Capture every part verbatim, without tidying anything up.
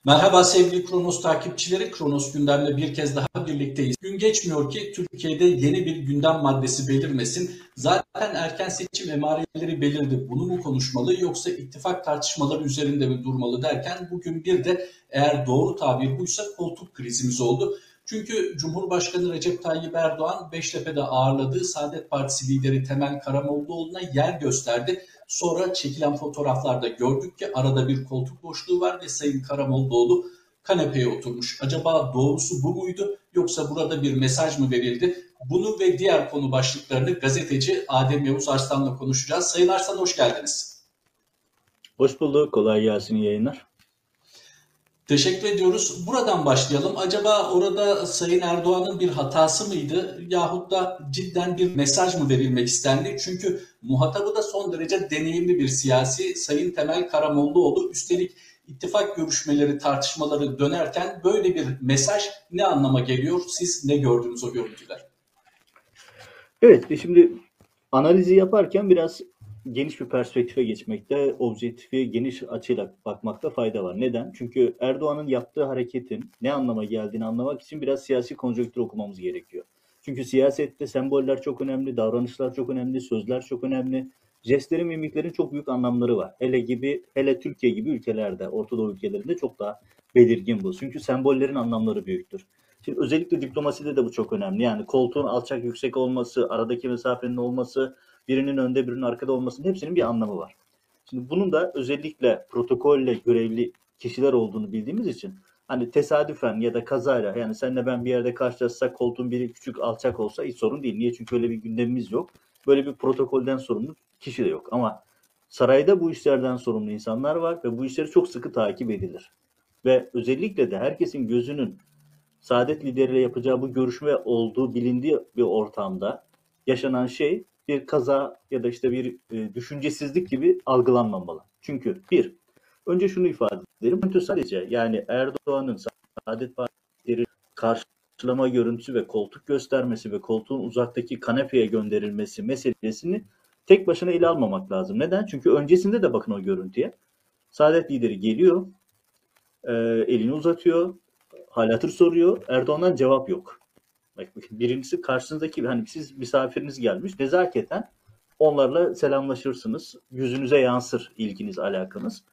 Merhaba sevgili Kronos takipçileri. Kronos gündemle bir kez daha birlikteyiz. Gün geçmiyor ki Türkiye'de yeni bir gündem maddesi belirmesin. Zaten erken seçim emareleri belirdi. Bunu mu konuşmalı yoksa ittifak tartışmaları üzerinde mi durmalı derken bugün bir de eğer doğru tabir buysa koltuk krizimiz oldu. Çünkü Cumhurbaşkanı Recep Tayyip Erdoğan Beştepe'de ağırladığı Saadet Partisi lideri Temel Karamollaoğlu'na yer gösterdi. Sonra çekilen fotoğraflarda gördük ki arada bir koltuk boşluğu var ve Sayın Karamollaoğlu kanepeye oturmuş. Acaba doğrusu bu muydu yoksa burada bir mesaj mı verildi? Bunu ve diğer konu başlıklarını gazeteci Adem Yavuz Arslan'la konuşacağız. Sayın Arslan hoş geldiniz. Hoş bulduk. Kolay gelsin yayınlar. Teşekkür ediyoruz. Buradan başlayalım. Acaba orada Sayın Erdoğan'ın bir hatası mıydı yahut da cidden bir mesaj mı verilmek istendi? Çünkü muhatabı da son derece deneyimli bir siyasi Sayın Temel Karamollaoğlu. Üstelik ittifak görüşmeleri, tartışmaları dönerken böyle bir mesaj ne anlama geliyor? Siz ne gördünüz o görüntüler? Evet, şimdi analizi yaparken biraz geniş bir perspektife geçmekte, objektifi geniş açıyla bakmakta fayda var. Neden? Çünkü Erdoğan'ın yaptığı hareketin ne anlama geldiğini anlamak için biraz siyasi konjonktür okumamız gerekiyor. Çünkü siyasette semboller çok önemli, davranışlar çok önemli, sözler çok önemli. Jestlerin, mimiklerin çok büyük anlamları var. Hele gibi, hele Türkiye gibi ülkelerde, Orta Doğu ülkelerinde çok daha belirgin bu. Çünkü sembollerin anlamları büyüktür. Şimdi özellikle diplomaside de bu çok önemli. Yani koltuğun alçak yüksek olması, aradaki mesafenin olması, birinin önde birinin arkada olmasının hepsinin bir anlamı var. Şimdi bunun da özellikle protokolle görevli kişiler olduğunu bildiğimiz için hani tesadüfen ya da kazayla, yani senle ben bir yerde karşılaşsak koltuğun biri küçük alçak olsa hiç sorun değil. Niye? Çünkü öyle bir gündemimiz yok. Böyle bir protokolden sorumlu kişi de yok. Ama sarayda bu işlerden sorumlu insanlar var ve bu işleri çok sıkı takip edilir. Ve özellikle de herkesin gözünün Saadet lideriyle yapacağı bu görüşme olduğu bilindiği bir ortamda yaşanan şey bir kaza ya da işte bir e, düşüncesizlik gibi algılanmamalı. Çünkü bir, önce şunu ifade edelim. Görüntü sadece, yani Erdoğan'ın Saadet Partisi karşılama görüntüsü ve koltuk göstermesi ve koltuğun uzaktaki kanepeye gönderilmesi meselesini tek başına ele almamak lazım. Neden? Çünkü öncesinde de bakın o görüntüye. Saadet lideri geliyor, e, elini uzatıyor, hal hatır soruyor. Erdoğan'dan cevap yok. Bak, birincisi karşınızdaki, hani siz misafiriniz gelmiş, nezaketen onlarla selamlaşırsınız. Yüzünüze yansır ilginiz, alakanız.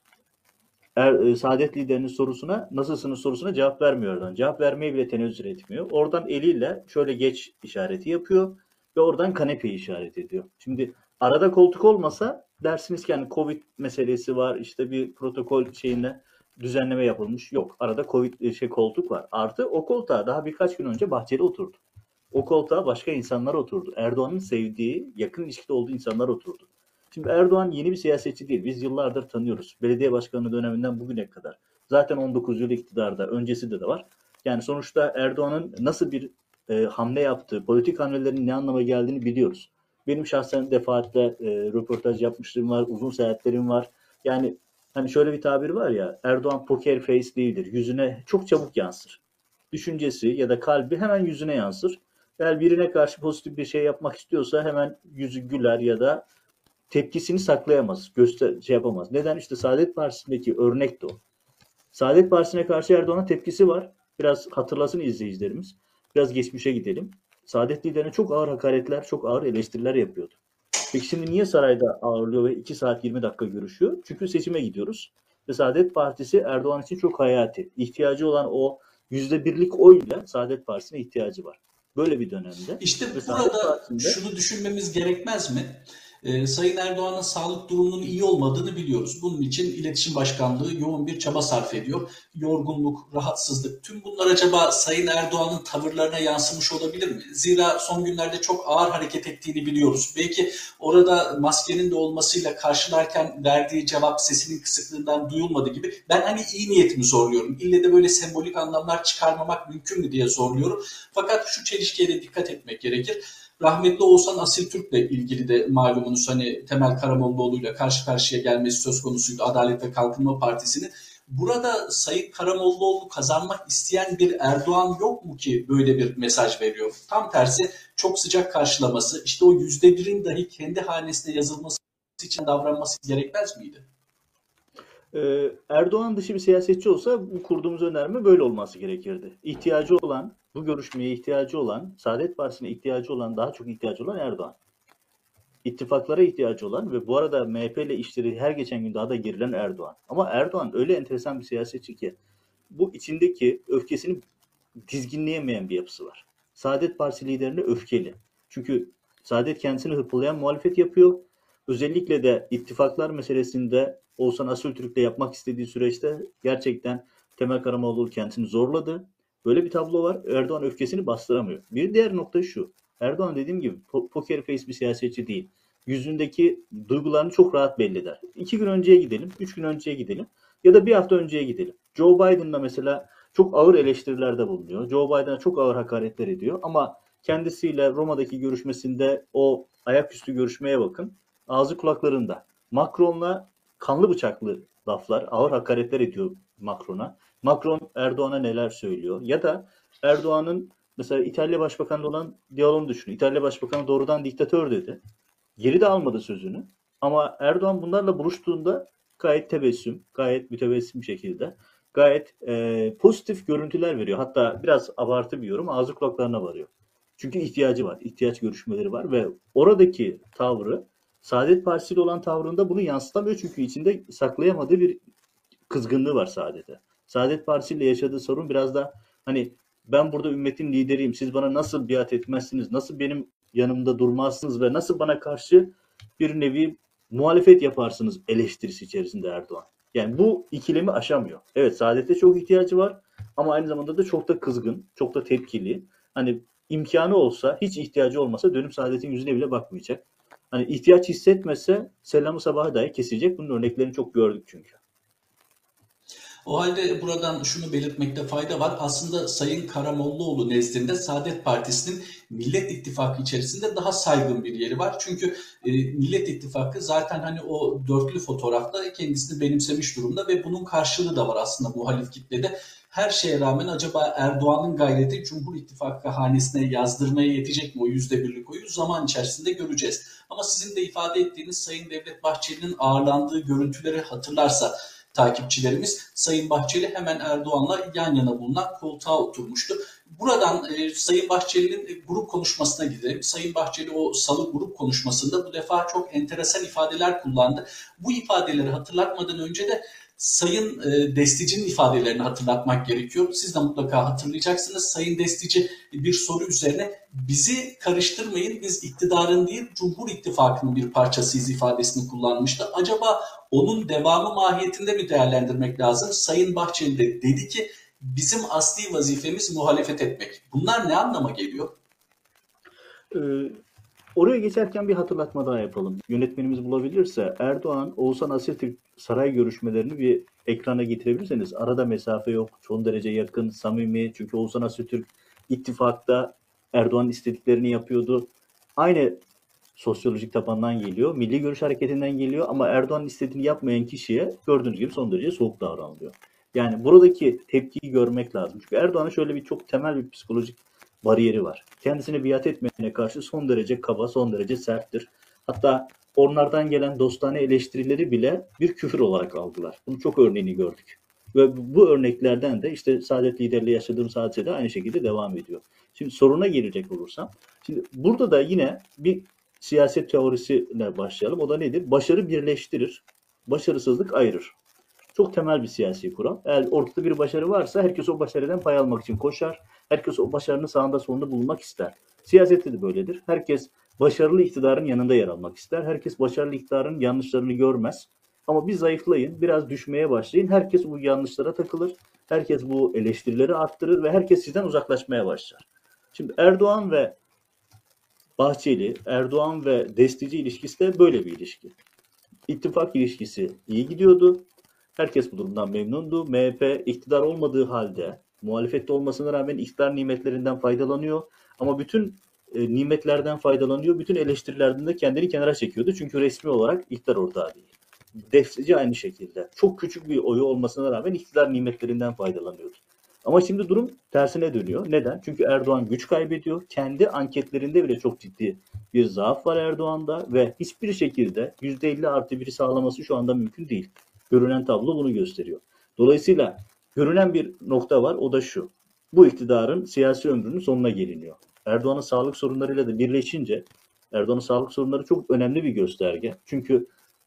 Er, e, Saadet liderinin sorusuna, nasılsınız sorusuna cevap vermiyor oradan. Cevap vermeye bile tenezzül etmiyor. Oradan eliyle şöyle geç işareti yapıyor ve oradan kanepeyi işaret ediyor. Şimdi arada koltuk olmasa dersiniz ki yani Covid meselesi var, işte bir protokol şeyinde düzenleme yapılmış. Yok. Arada Covid şey koltuk var. Artı o koltuğa daha birkaç gün önce Bahçeli oturdu. O koltuğa başka insanlar oturdu. Erdoğan'ın sevdiği, yakın ilişkide olduğu insanlar oturdu. Şimdi Erdoğan yeni bir siyasetçi değil. Biz yıllardır tanıyoruz. Belediye başkanlığı döneminden bugüne kadar. Zaten on dokuz yıl iktidarda, öncesinde de var. Yani sonuçta Erdoğan'ın nasıl bir e, hamle yaptığı, politik hamlelerinin ne anlama geldiğini biliyoruz. Benim şahsen defaatle e, röportaj yapmışlığım var, uzun seyahatlerim var. Yani hani şöyle bir tabir var ya, Erdoğan poker face değildir. Yüzüne çok çabuk yansır. Düşüncesi ya da kalbi hemen yüzüne yansır. Eğer birine karşı pozitif bir şey yapmak istiyorsa hemen yüzü güler ya da tepkisini saklayamaz, göster şey yapamaz. Neden? İşte Saadet Partisi'ndeki örnek de o. Saadet Partisi'ne karşı Erdoğan'ın tepkisi var. Biraz hatırlasın izleyicilerimiz. Biraz geçmişe gidelim. Saadet liderine çok ağır hakaretler, çok ağır eleştiriler yapıyordu. Peki şimdi niye sarayda ağırlıyor ve iki saat yirmi dakika görüşüyor? Çünkü seçime gidiyoruz. Ve Saadet Partisi Erdoğan için çok hayati. İhtiyacı olan o yüzde birlik oyla Saadet Partisi'ne ihtiyacı var. Böyle bir dönemde. İşte burada şunu düşünmemiz gerekmez mi? Ee, Sayın Erdoğan'ın sağlık durumunun iyi olmadığını biliyoruz. Bunun için İletişim Başkanlığı yoğun bir çaba sarf ediyor. Yorgunluk, rahatsızlık, tüm bunlar acaba Sayın Erdoğan'ın tavırlarına yansımış olabilir mi? Zira son günlerde çok ağır hareket ettiğini biliyoruz. Belki orada maskenin de olmasıyla karşılarken verdiği cevap sesinin kısıklığından duyulmadı gibi. Ben hani iyi niyetimi zorluyorum. İlle de böyle sembolik anlamlar çıkarmamak mümkün mü diye zorluyorum. Fakat şu çelişkiye de dikkat etmek gerekir. Rahmetli Oğuzhan Asiltürk'le ilgili de malumunuz hani Temel Karamollaoğlu'yla karşı karşıya gelmesi söz konusuydu Adalet ve Kalkınma Partisi'nin. Burada Sayın Karamollaoğlu kazanmak isteyen bir Erdoğan yok mu ki böyle bir mesaj veriyor? Tam tersi çok sıcak karşılaması, işte o yüzde birin dahi kendi hanesine yazılması için davranması gerekmez miydi? Ee, Erdoğan dışı bir siyasetçi olsa bu kurduğumuz önerme böyle olması gerekirdi. İhtiyacı olan, bu görüşmeye ihtiyacı olan, Saadet Partisi'ne ihtiyacı olan, daha çok ihtiyacı olan Erdoğan. İttifaklara ihtiyacı olan ve bu arada M H P ile işleri her geçen gün daha da gerilen Erdoğan. Ama Erdoğan öyle enteresan bir siyasetçi ki bu içindeki öfkesini dizginleyemeyen bir yapısı var. Saadet Partisi liderine öfkeli. Çünkü Saadet kendisini hırpalayan muhalefet yapıyor. Özellikle de ittifaklar meselesinde Oğuzhan Asültürk'le yapmak istediği süreçte gerçekten Temel Karamoğlu kendisini zorladı. Böyle bir tablo var. Erdoğan öfkesini bastıramıyor. Bir diğer nokta şu. Erdoğan dediğim gibi poker face bir siyasetçi değil. Yüzündeki duygularını çok rahat belli eder. İki gün önceye gidelim, üç gün önceye gidelim ya da bir hafta önceye gidelim. Joe Biden'la mesela çok ağır eleştirilerde bulunuyor. Joe Biden'a çok ağır hakaretler ediyor ama kendisiyle Roma'daki görüşmesinde o ayaküstü görüşmeye bakın. Ağzı kulaklarında. Macron'la kanlı bıçaklı laflar, ağır hakaretler ediyor Macron'a. Macron Erdoğan'a neler söylüyor? Ya da Erdoğan'ın mesela İtalya Başbakanı olan diyaloğunu düşünün. İtalya Başbakanı doğrudan diktatör dedi. Geri de almadı sözünü. Ama Erdoğan bunlarla buluştuğunda gayet tebessüm, gayet mütebessim şekilde gayet e, pozitif görüntüler veriyor. Hatta biraz abartı bir yorum ağzı kulaklarına varıyor. Çünkü ihtiyacı var, ihtiyaç görüşmeleri var ve oradaki tavrı Saadet Partisi ile olan tavrında bunu yansıtamıyor çünkü içinde saklayamadığı bir kızgınlığı var Saadet'e. Saadet Partisi ile yaşadığı sorun biraz da hani ben burada ümmetin lideriyim, siz bana nasıl biat etmezsiniz, nasıl benim yanımda durmazsınız ve nasıl bana karşı bir nevi muhalefet yaparsınız eleştirisi içerisinde Erdoğan. Yani bu ikilemi aşamıyor. Evet Saadet'e çok ihtiyacı var ama aynı zamanda da çok da kızgın, çok da tepkili. Hani imkanı olsa, hiç ihtiyacı olmasa dönüp Saadet'in yüzüne bile bakmayacak. Hani ihtiyaç hissetmese selamı sabahı dahi kesecek. Bunun örneklerini çok gördük çünkü. O halde buradan şunu belirtmekte fayda var. Aslında Sayın Karamollaoğlu nezdinde Saadet Partisi'nin Millet İttifakı içerisinde daha saygın bir yeri var. Çünkü e, Millet İttifakı zaten hani o dörtlü fotoğrafta kendisini benimsemiş durumda ve bunun karşılığı da var aslında muhalif kitlede. Her şeye rağmen acaba Erdoğan'ın gayreti Cumhur İttifakı hanesine yazdırmaya yetecek mi o yüzde birlik oyu? Zaman içerisinde göreceğiz. Ama sizin de ifade ettiğiniz Sayın Devlet Bahçeli'nin ağırlandığı görüntüleri hatırlarsa takipçilerimiz, Sayın Bahçeli hemen Erdoğan'la yan yana bulunan koltuğa oturmuştu. Buradan e, Sayın Bahçeli'nin e, grup konuşmasına gidelim. Sayın Bahçeli o salı grup konuşmasında bu defa çok enteresan ifadeler kullandı. Bu ifadeleri hatırlatmadan önce de Sayın e, Destici'nin ifadelerini hatırlatmak gerekiyor. Siz de mutlaka hatırlayacaksınız. Sayın Destici bir soru üzerine bizi karıştırmayın, biz iktidarın değil Cumhur İttifakı'nın bir parçasıyız ifadesini kullanmıştı. Acaba onun devamı mahiyetinde mi değerlendirmek lazım? Sayın Bahçeli de dedi ki bizim asli vazifemiz muhalefet etmek. Bunlar ne anlama geliyor? Ee, Oraya geçerken bir hatırlatma daha yapalım. Yönetmenimiz bulabilirse Erdoğan, Oğuzhan Asiltürk saray görüşmelerini bir ekrana getirebilirseniz arada mesafe yok. Son derece yakın, samimi. Çünkü Oğuzhan Asiltürk ittifakta Erdoğan'ın istediklerini yapıyordu. Aynı sosyolojik tabandan geliyor. Milli Görüş Hareketi'nden geliyor ama Erdoğan'ın istediğini yapmayan kişiye gördüğünüz gibi son derece soğuk davranılıyor. Yani buradaki tepkiyi görmek lazım. Çünkü Erdoğan'ın şöyle bir çok temel bir psikolojik bariyeri var. Kendisine biat etmeyene karşı son derece kaba, son derece serttir. Hatta onlardan gelen dostane eleştirileri bile bir küfür olarak aldılar. Bunu çok örneğini gördük. Ve bu örneklerden de işte Saadet liderliği yaşadığım hadise de aynı şekilde devam ediyor. Şimdi soruna gelecek olursam, şimdi burada da yine bir siyaset teorisiyle başlayalım. O da nedir? Başarı birleştirir, başarısızlık ayırır. Çok temel bir siyasi kural. Eğer ortada bir başarı varsa herkes o başarıdan pay almak için koşar. Herkes o başarının sağında solunda bulunmak ister. Siyasette de böyledir. Herkes başarılı iktidarın yanında yer almak ister. Herkes başarılı iktidarın yanlışlarını görmez. Ama bir zayıflayın, biraz düşmeye başlayın. Herkes bu yanlışlara takılır. Herkes bu eleştirileri arttırır ve herkes sizden uzaklaşmaya başlar. Şimdi Erdoğan ve Bahçeli, Erdoğan ve Destici ilişkisi de böyle bir ilişki. İttifak ilişkisi iyi gidiyordu. Herkes bu durumdan memnundu. M H P iktidar olmadığı halde, muhalefette olmasına rağmen iktidar nimetlerinden faydalanıyor. Ama bütün e, nimetlerden faydalanıyor. Bütün eleştirilerden de kendini kenara çekiyordu. Çünkü resmi olarak iktidar ortağı değil. Destici aynı şekilde. Çok küçük bir oyu olmasına rağmen iktidar nimetlerinden faydalanıyordu. Ama şimdi durum tersine dönüyor. Neden? Çünkü Erdoğan güç kaybediyor. Kendi anketlerinde bile çok ciddi bir zaaf var Erdoğan'da ve hiçbir şekilde yüzde elli artı biri sağlaması şu anda mümkün değil. Görünen tablo bunu gösteriyor. Dolayısıyla görünen bir nokta var, o da şu. Bu iktidarın siyasi ömrünün sonuna geliniyor. Erdoğan'ın sağlık sorunlarıyla da birleşince, Erdoğan'ın sağlık sorunları çok önemli bir gösterge. Çünkü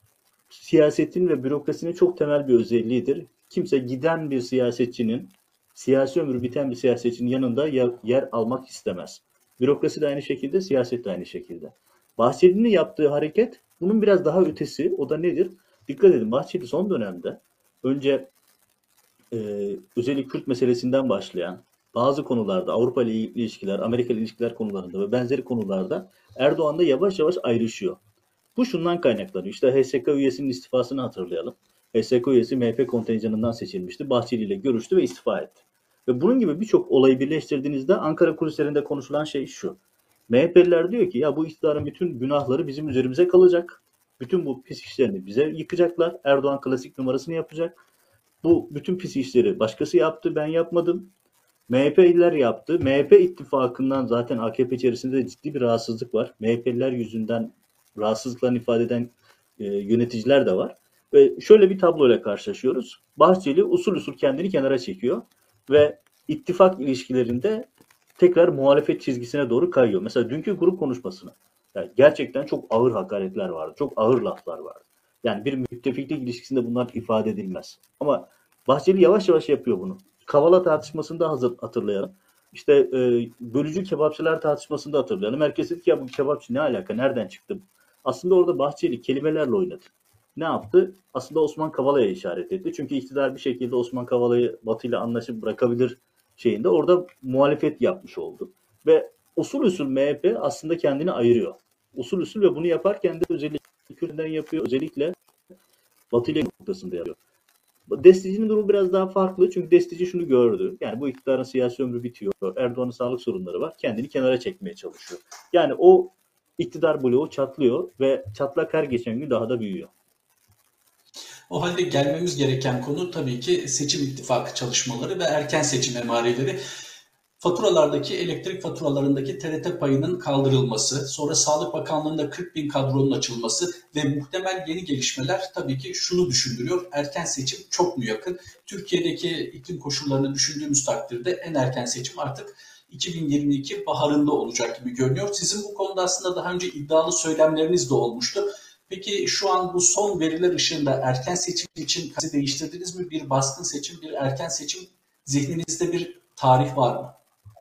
siyasetin ve bürokrasinin çok temel bir özelliğidir. Kimse giden bir siyasetçinin, siyasi ömrü biten bir siyasetçinin yanında yer, yer almak istemez. Bürokrasi de aynı şekilde, siyaset de aynı şekilde. Bahçeli'nin yaptığı hareket bunun biraz daha ötesi. O da nedir? Dikkat edin, Bahçeli son dönemde önce e, özellikle Kürt meselesinden başlayan bazı konularda, Avrupa ile ilişkiler, Amerika ile ilişkiler konularında ve benzeri konularda Erdoğan'da yavaş yavaş ayrışıyor. Bu şundan kaynaklanıyor. İşte H S K üyesinin istifasını hatırlayalım. H S K üyesi M H P kontenjanından seçilmişti. Bahçeli ile görüştü ve istifa etti. Ve bunun gibi birçok olayı birleştirdiğinizde Ankara kulislerinde konuşulan şey şu. M H P'liler diyor ki ya bu iktidarın bütün günahları bizim üzerimize kalacak. Bütün bu pis işlerini bize yıkacaklar. Erdoğan klasik numarasını yapacak. Bu bütün pis işleri başkası yaptı, ben yapmadım. M H P'liler yaptı. M H P ittifakından zaten A K P içerisinde de ciddi bir rahatsızlık var. M H P'liler yüzünden rahatsızlıklarını ifade eden e, yöneticiler de var. Ve şöyle bir tabloyla karşılaşıyoruz. Bahçeli usul usul kendini kenara çekiyor ve ittifak ilişkilerinde tekrar muhalefet çizgisine doğru kayıyor. Mesela dünkü grup konuşmasına yani gerçekten çok ağır hakaretler vardı. Çok ağır laflar vardı. Yani bir müttefiklik ilişkisinde bunlar ifade edilmez. Ama Bahçeli yavaş yavaş yapıyor bunu. Kavala tartışmasında hazır hatırlayalım. İşte e, bölücü kebapçılar tartışmasında hatırlayalım. Herkes dedi ki ya bu kebapçı ne alaka? Nereden çıktı? Aslında orada Bahçeli kelimelerle oynadı. Ne yaptı? Aslında Osman Kavala'ya işaret etti. Çünkü iktidar bir şekilde Osman Kavala'yı Batı ile anlaşıp bırakabilir şeyinde orada muhalefet yapmış oldu. Ve usul usul M H P aslında kendini ayırıyor. Usul usul ve bunu yaparken de özellikle Kürt'ten yapıyor. Özellikle Batı ile noktasında yapıyor. Destici'nin durumu biraz daha farklı. Çünkü Destici şunu gördü. Yani bu iktidarın siyasi ömrü bitiyor. Erdoğan'ın sağlık sorunları var. Kendini kenara çekmeye çalışıyor. Yani o iktidar bloğu çatlıyor ve çatlak her geçen gün daha da büyüyor. O halde gelmemiz gereken konu tabii ki seçim ittifakı çalışmaları ve erken seçim emareleri. Faturalardaki, elektrik faturalarındaki T R T payının kaldırılması, sonra Sağlık Bakanlığı'nda kırk bin kadronun açılması ve muhtemel yeni gelişmeler tabii ki şunu düşündürüyor. Erken seçim çok mu yakın? Türkiye'deki iklim koşullarını düşündüğümüz takdirde en erken seçim artık iki bin yirmi iki baharında olacak gibi görünüyor. Sizin bu konuda aslında daha önce iddialı söylemleriniz de olmuştu. Peki şu an bu son veriler ışığında erken seçim için kazi değiştirdiniz mi? Bir baskın seçim, bir erken seçim, zihninizde bir tarih var mı?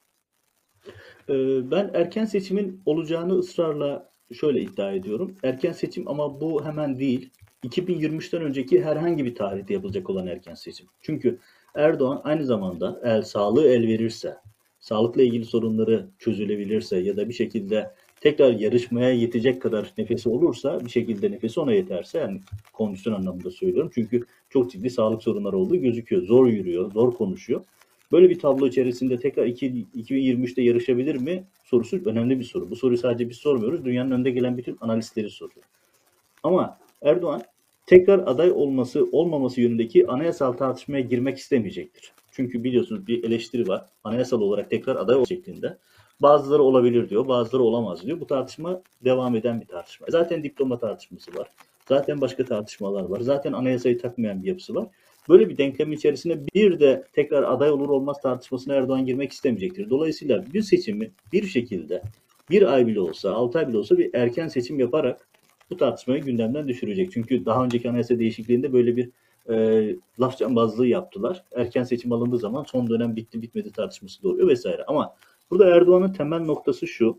Ben erken seçimin olacağını ısrarla şöyle iddia ediyorum. Erken seçim ama bu hemen değil. iki bin yirmi üçten önceki herhangi bir tarihte yapılacak olan erken seçim. Çünkü Erdoğan aynı zamanda eğer sağlığı el verirse, sağlıkla ilgili sorunları çözülebilirse ya da bir şekilde tekrar yarışmaya yetecek kadar nefesi olursa, bir şekilde nefesi ona yeterse, yani kondisyon anlamında söylüyorum. Çünkü çok ciddi sağlık sorunları olduğu gözüküyor. Zor yürüyor, zor konuşuyor. Böyle bir tablo içerisinde tekrar iki bin yirmi üçte yarışabilir mi sorusu önemli bir soru. Bu soruyu sadece biz sormuyoruz. Dünyanın önde gelen bütün analistleri soruyor. Ama Erdoğan tekrar aday olması olmaması yönündeki anayasal tartışmaya girmek istemeyecektir. Çünkü biliyorsunuz bir eleştiri var. Anayasal olarak tekrar aday olma şeklinde. Bazıları olabilir diyor, bazıları olamaz diyor. Bu tartışma devam eden bir tartışma. Zaten diploma tartışması var. Zaten başka tartışmalar var. Zaten anayasayı takmayan bir yapısı var. Böyle bir denklem içerisinde bir de tekrar aday olur olmaz tartışmasına Erdoğan girmek istemeyecektir. Dolayısıyla bir seçimi bir şekilde bir ay bile olsa, altı ay bile olsa bir erken seçim yaparak bu tartışmayı gündemden düşürecek. Çünkü daha önceki anayasa değişikliğinde böyle bir e, laf cambazlığı yaptılar. Erken seçim alındığı zaman son dönem bitti bitmedi tartışması doğuyor vesaire. Ama burada Erdoğan'ın temel noktası şu.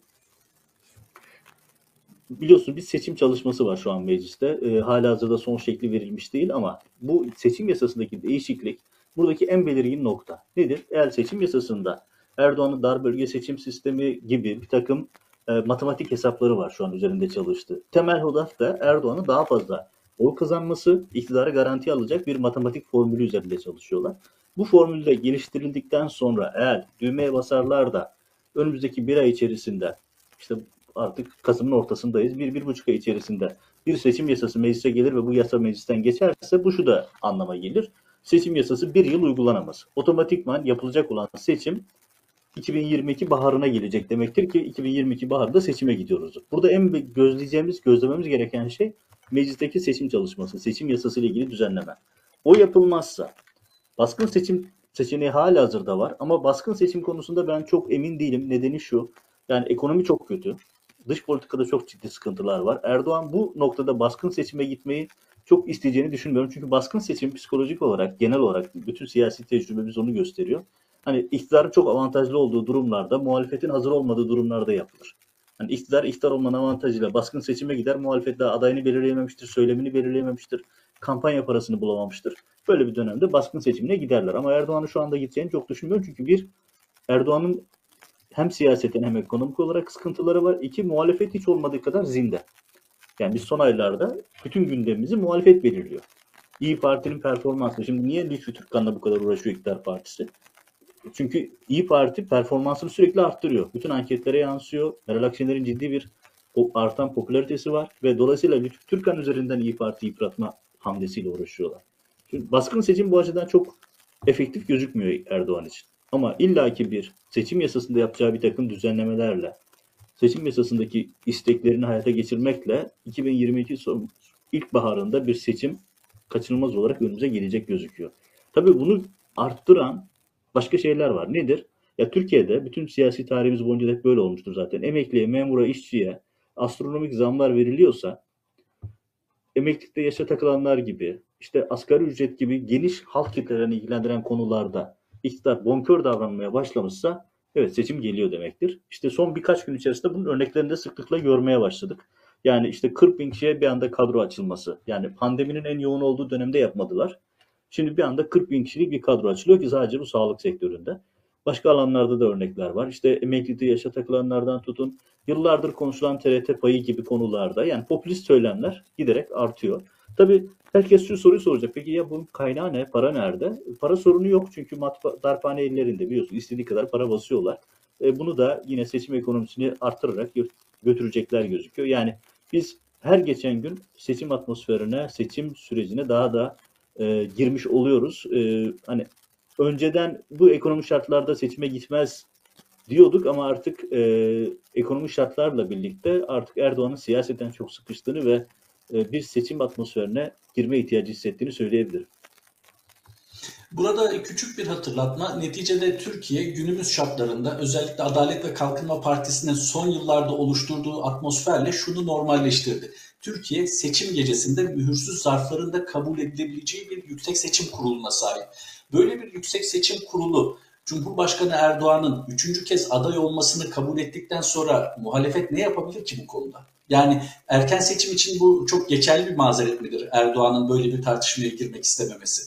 Biliyorsunuz bir seçim çalışması var şu an mecliste. E, halihazırda son şekli verilmiş değil ama bu seçim yasasındaki değişiklik buradaki en belirgin nokta. Nedir? Eğer seçim yasasında Erdoğan'ın dar bölge seçim sistemi gibi bir takım e, matematik hesapları var şu an üzerinde çalıştığı. Temel hedef de Erdoğan'ın daha fazla oy kazanması, iktidarı garanti alacak bir matematik formülü üzerinde çalışıyorlar. Bu formülde geliştirildikten sonra eğer düğmeye basarlar da önümüzdeki bir ay içerisinde işte artık Kasım'ın ortasındayız. Bir, bir buçuk ay içerisinde bir seçim yasası meclise gelir ve bu yasa meclisten geçerse bu şu da anlama gelir. Seçim yasası bir yıl uygulanamaz. Otomatikman yapılacak olan seçim iki bin yirmi iki baharına gelecek demektir ki iki bin yirmi iki baharında seçime gidiyoruz. Burada en gözleyeceğimiz, gözlememiz gereken şey meclisteki seçim çalışması, seçim yasası ile ilgili düzenleme. O yapılmazsa baskın seçim seçeneği halihazırda var ama baskın seçim konusunda ben çok emin değilim. Nedeni şu, yani ekonomi çok kötü. Dış politikada çok ciddi sıkıntılar var. Erdoğan bu noktada baskın seçime gitmeyi çok isteyeceğini düşünmüyorum. Çünkü baskın seçim psikolojik olarak, genel olarak bütün siyasi tecrübemiz onu gösteriyor. Hani iktidarın çok avantajlı olduğu durumlarda, muhalefetin hazır olmadığı durumlarda yapılır. Hani iktidar, iktidar olmanın avantajıyla baskın seçime gider, muhalefet daha adayını belirleyememiştir, söylemini belirleyememiştir, kampanya parasını bulamamıştır. Böyle bir dönemde baskın seçimine giderler. Ama Erdoğan'ın şu anda gideceğini çok düşünmüyorum. Çünkü bir, Erdoğan'ın hem siyaseten hem ekonomik olarak sıkıntıları var. İki, muhalefet hiç olmadığı kadar zinde. Yani biz son aylarda bütün gündemimizi muhalefet belirliyor. İyi Parti'nin performansı. Şimdi niye Lütfü Türkkan'la bu kadar uğraşıyor iktidar partisi? Çünkü İyi Parti performansını sürekli arttırıyor. Bütün anketlere yansıyor. Meral Akşener'in ciddi bir artan popülaritesi var ve dolayısıyla Lütfü Türkkan üzerinden İyi Parti'yi yıpratma hamlesiyle uğraşıyorlar. Şimdi baskın seçim bu açıdan çok efektif gözükmüyor Erdoğan için. Ama illaki bir seçim yasasında yapacağı bir takım düzenlemelerle, seçim yasasındaki isteklerini hayata geçirmekle iki bin yirmi iki son, ilkbaharında bir seçim kaçınılmaz olarak önümüze gelecek gözüküyor. Tabii bunu arttıran başka şeyler var. Nedir? Ya Türkiye'de bütün siyasi tarihimiz boyunca hep böyle olmuştur zaten. Emekliye, memura, işçiye astronomik zamlar veriliyorsa, emeklilikte yaşa takılanlar gibi, işte asgari ücret gibi geniş halk kitlelerini ilgilendiren konularda iktidar bonkör davranmaya başlamışsa, evet seçim geliyor demektir. İşte son birkaç gün içerisinde bunun örneklerini de sıklıkla görmeye başladık. Yani işte kırk bin kişiye bir anda kadro açılması. Yani pandeminin en yoğun olduğu dönemde yapmadılar. Şimdi bir anda kırk bin kişilik bir kadro açılıyor ki sadece bu sağlık sektöründe. Başka alanlarda da örnekler var. İşte emeklilikte yaşa takılanlardan tutun, yıllardır konuşulan T R T payı gibi konularda, yani popülist söylemler giderek artıyor. Tabii herkes şu soruyu soracak. Peki ya bunun kaynağı ne? Para nerede? Para sorunu yok çünkü matbaa, darphane ellerinde, biliyorsun istediği kadar para basıyorlar. E, bunu da yine seçim ekonomisini arttırarak götürecekler gözüküyor. Yani biz her geçen gün seçim atmosferine, seçim sürecine daha da e, girmiş oluyoruz. E, hani önceden bu ekonomi şartlarda seçime gitmez diyorduk ama artık e, ekonomi şartlarla birlikte artık Erdoğan'ın siyaseten çok sıkıştığını ve e, bir seçim atmosferine girme ihtiyacı hissettiğini söyleyebilirim. Burada küçük bir hatırlatma. Neticede Türkiye günümüz şartlarında özellikle Adalet ve Kalkınma Partisi'nin son yıllarda oluşturduğu atmosferle şunu normalleştirdi. Türkiye seçim gecesinde mühürsüz zarfların da kabul edilebileceği bir yüksek seçim kuruluna sahip. Böyle bir yüksek seçim kurulu Cumhurbaşkanı Erdoğan'ın üçüncü kez aday olmasını kabul ettikten sonra muhalefet ne yapabilir ki bu konuda? Yani erken seçim için bu çok geçerli bir mazeret midir Erdoğan'ın böyle bir tartışmaya girmek istememesi?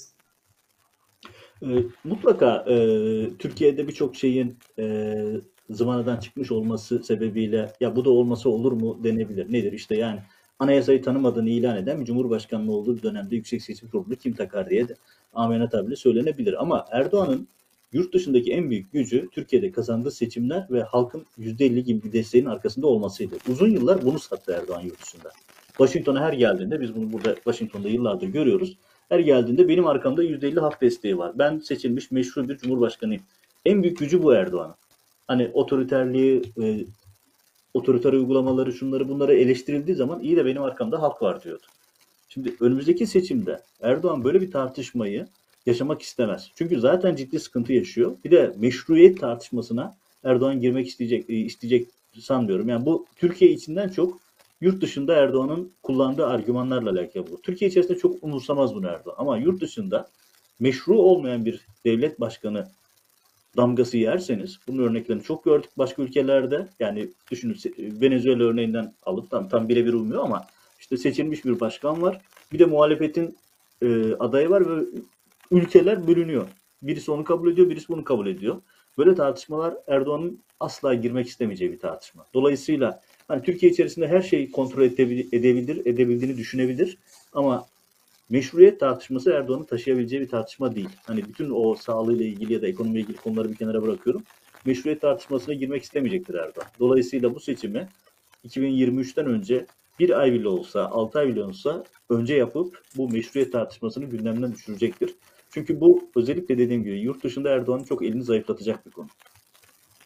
E, mutlaka e, Türkiye'de birçok şeyin e, zıvanadan çıkmış olması sebebiyle ya bu da olmasa olur mu denebilir. Nedir? İşte yani anayasayı tanımadığını ilan eden bir cumhurbaşkanlığı olduğu bir dönemde yüksek seçim kurulu kim takar diye de amenna tabirle söylenebilir. Ama Erdoğan'ın yurt dışındaki en büyük gücü Türkiye'de kazandığı seçimler ve halkın yüzde elli gibi bir desteğin arkasında olmasıydı. Uzun yıllar bunu sattı Erdoğan yurt dışında. Washington'a her geldiğinde, biz bunu burada Washington'da yıllardır görüyoruz. Her geldiğinde benim arkamda yüzde elli halk desteği var. Ben seçilmiş meşru bir cumhurbaşkanıyım. En büyük gücü bu Erdoğan'ın. Hani otoriterliği, e, otoriter uygulamaları, şunları bunları eleştirildiği zaman iyi de benim arkamda halk var diyordu. Şimdi önümüzdeki seçimde Erdoğan böyle bir tartışmayı yaşamak istemez. Çünkü zaten ciddi sıkıntı yaşıyor. Bir de meşruiyet tartışmasına Erdoğan girmek isteyecek, isteyecek sanmıyorum. Yani bu Türkiye içinden çok yurt dışında Erdoğan'ın kullandığı argümanlarla alakalı bu. Türkiye içerisinde çok umursamaz bunu Erdoğan. Ama yurt dışında meşru olmayan bir devlet başkanı damgası yerseniz, bunun örneklerini çok gördük başka ülkelerde. Yani düşünün, Venezuela örneğinden alıp tam, tam birebir uymuyor ama işte seçilmiş bir başkan var. Bir de muhalefetin e, adayı var ve ülkeler bölünüyor. Birisi onu kabul ediyor, birisi bunu kabul ediyor. Böyle tartışmalar Erdoğan'ın asla girmek istemeyeceği bir tartışma. Dolayısıyla hani Türkiye içerisinde her şeyi kontrol edebilir, edebildiğini düşünebilir ama meşruiyet tartışması Erdoğan'ın taşıyabileceği bir tartışma değil. Hani bütün o sağlığıyla ilgili ya da ekonomiyle ilgili konuları bir kenara bırakıyorum. Meşruiyet tartışmasına girmek istemeyecektir Erdoğan. Dolayısıyla bu seçimi iki bin yirmi üçten önce bir ay bile olsa, altı ay bile olsa önce yapıp bu meşruiyet tartışmasını gündemden düşürecektir. Çünkü bu özellikle dediğim gibi yurt dışında Erdoğan'ın çok elini zayıflatacak bir konu.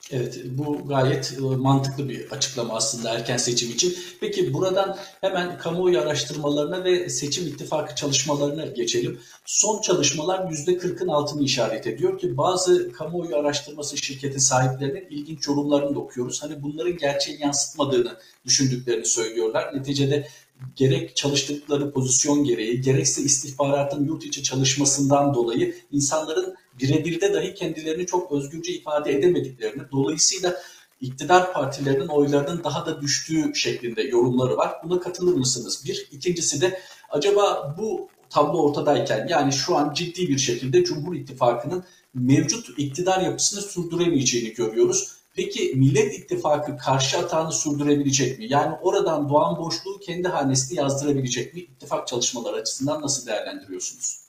Evet, bu gayet e, mantıklı bir açıklama aslında erken seçim için. Peki buradan hemen kamuoyu araştırmalarına ve seçim ittifakı çalışmalarına geçelim. Son çalışmalar yüzde kırkın altını işaret ediyor ki bazı kamuoyu araştırması şirketi sahiplerinin ilginç yorumlarını da okuyoruz. Hani bunların gerçeği yansıtmadığını düşündüklerini söylüyorlar. Neticede gerek çalıştıkları pozisyon gereği, gerekse istihbaratın yurt içi çalışmasından dolayı insanların birebirde dahi kendilerini çok özgürce ifade edemediklerini, dolayısıyla iktidar partilerinin oylarının daha da düştüğü şeklinde yorumları var. Buna katılır mısınız? Bir. İkincisi de acaba bu tablo ortadayken, yani şu an ciddi bir şekilde Cumhur İttifakı'nın mevcut iktidar yapısını sürdüremeyeceğini görüyoruz. Peki Millet İttifakı karşı atağını sürdürebilecek mi? Yani oradan doğan boşluğu kendi hanesine yazdırabilecek mi? İttifak çalışmaları açısından nasıl değerlendiriyorsunuz?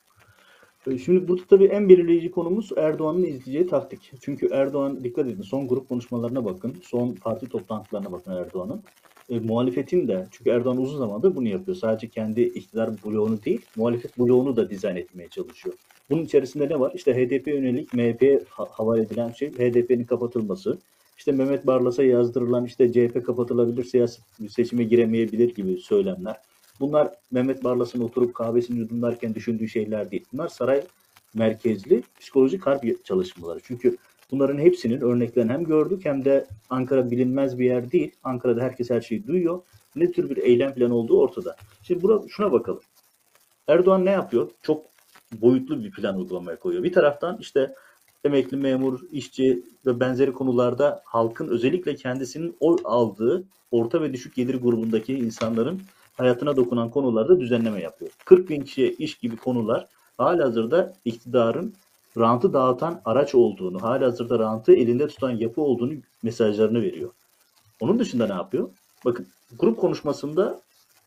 E, Şimdi burada tabii en belirleyici konumuz Erdoğan'ın izleyeceği taktik. Çünkü Erdoğan, dikkat edin, son grup konuşmalarına bakın, son parti toplantılarına bakın Erdoğan'ın. E, muhalefetin de, çünkü Erdoğan uzun zamandır bunu yapıyor. Sadece kendi iktidar bloğunu değil, muhalefet bloğunu da dizayn etmeye çalışıyor. Bunun içerisinde ne var? İşte H D P yönelik M H P'ye ha- havale edilen şey H D P'nin kapatılması. İşte Mehmet Barlas'a yazdırılan işte C H P kapatılabilir, siyaset seçime giremeyebilir gibi söylemler. Bunlar Mehmet Barlas'ın oturup kahvesini yudumlarken düşündüğü şeyler değil. Bunlar saray merkezli psikolojik harp çalışmaları. Çünkü bunların hepsinin örneklerini hem gördük hem de Ankara bilinmez bir yer değil. Ankara'da herkes her şeyi duyuyor. Ne tür bir eylem planı olduğu ortada. Şimdi buna, şuna bakalım. Erdoğan ne yapıyor? Çok boyutlu bir plan uygulamaya koyuyor. Bir taraftan işte emekli memur, işçi ve benzeri konularda halkın, özellikle kendisinin oy aldığı orta ve düşük gelir grubundaki insanların hayatına dokunan konularda düzenleme yapıyor. kırk bin kişiye iş gibi konular halihazırda iktidarın rantı dağıtan araç olduğunu, halihazırda rantı elinde tutan yapı olduğunu mesajlarını veriyor. Onun dışında ne yapıyor? Bakın, grup konuşmasında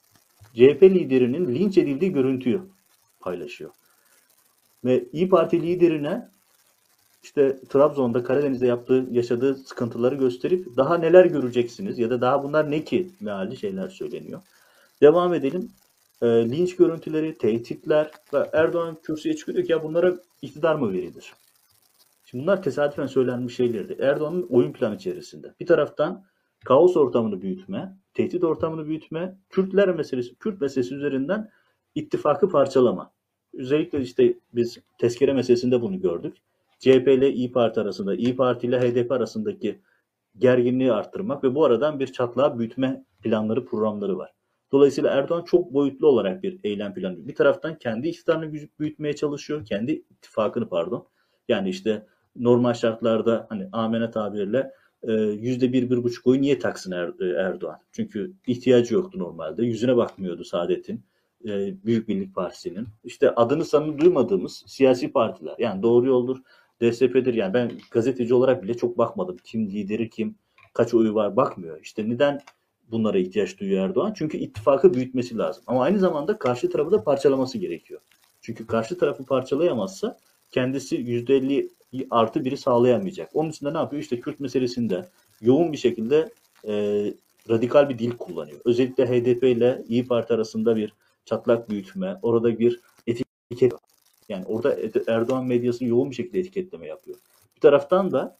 C H P liderinin linç edildiği görüntüyü paylaşıyor. Ve İyi Parti liderine işte Trabzon'da, Karadeniz'de yaptığı, yaşadığı sıkıntıları gösterip daha neler göreceksiniz ya da daha bunlar ne ki meali şeyler söyleniyor. Devam edelim. E, linç görüntüleri, tehditler ve Erdoğan kürsüye çıkıyor, diyor ki ya bunlara iktidar mı verilir? Şimdi bunlar tesadüfen söylenmiş şeylerdi. Erdoğan'ın oyun planı içerisinde. Bir taraftan kaos ortamını büyütme, tehdit ortamını büyütme, Kürtler meselesi, Kürt meselesi üzerinden ittifakı parçalama. Özellikle işte biz tezkere meselesinde bunu gördük. C H P ile İyi Parti arasında, İyi Parti ile H D P arasındaki gerginliği arttırmak ve bu aradan bir çatlağı büyütme planları, programları var. Dolayısıyla Erdoğan çok boyutlu olarak bir eylem planı. Bir taraftan kendi iktidarını büyütmeye çalışıyor, kendi ittifakını pardon. Yani işte normal şartlarda hani amene tabirle e, yüzde bir, bir buçuk oyu niye taksın er, e, Erdoğan? Çünkü ihtiyacı yoktu normalde. Yüzüne bakmıyordu Saadet'in, e, Büyük Birlik Partisi'nin. İşte adını sanını duymadığımız siyasi partiler. Yani Doğru Yoldur, D S P'dir. Yani ben gazeteci olarak bile çok bakmadım. Kim lideri kim, kaç oyu var bakmıyor. İşte neden bunlara ihtiyaç duyuyor Erdoğan? Çünkü ittifakı büyütmesi lazım. Ama aynı zamanda karşı tarafı da parçalaması gerekiyor. Çünkü karşı tarafı parçalayamazsa kendisi yüzde elli artı biri sağlayamayacak. Onun için de ne yapıyor? İşte Kürt meselesinde yoğun bir şekilde e, radikal bir dil kullanıyor. Özellikle H D P ile İyi Parti arasında bir çatlak büyütme, orada bir etiket, yani orada Erdoğan medyasını yoğun bir şekilde etiketleme yapıyor. Bir taraftan da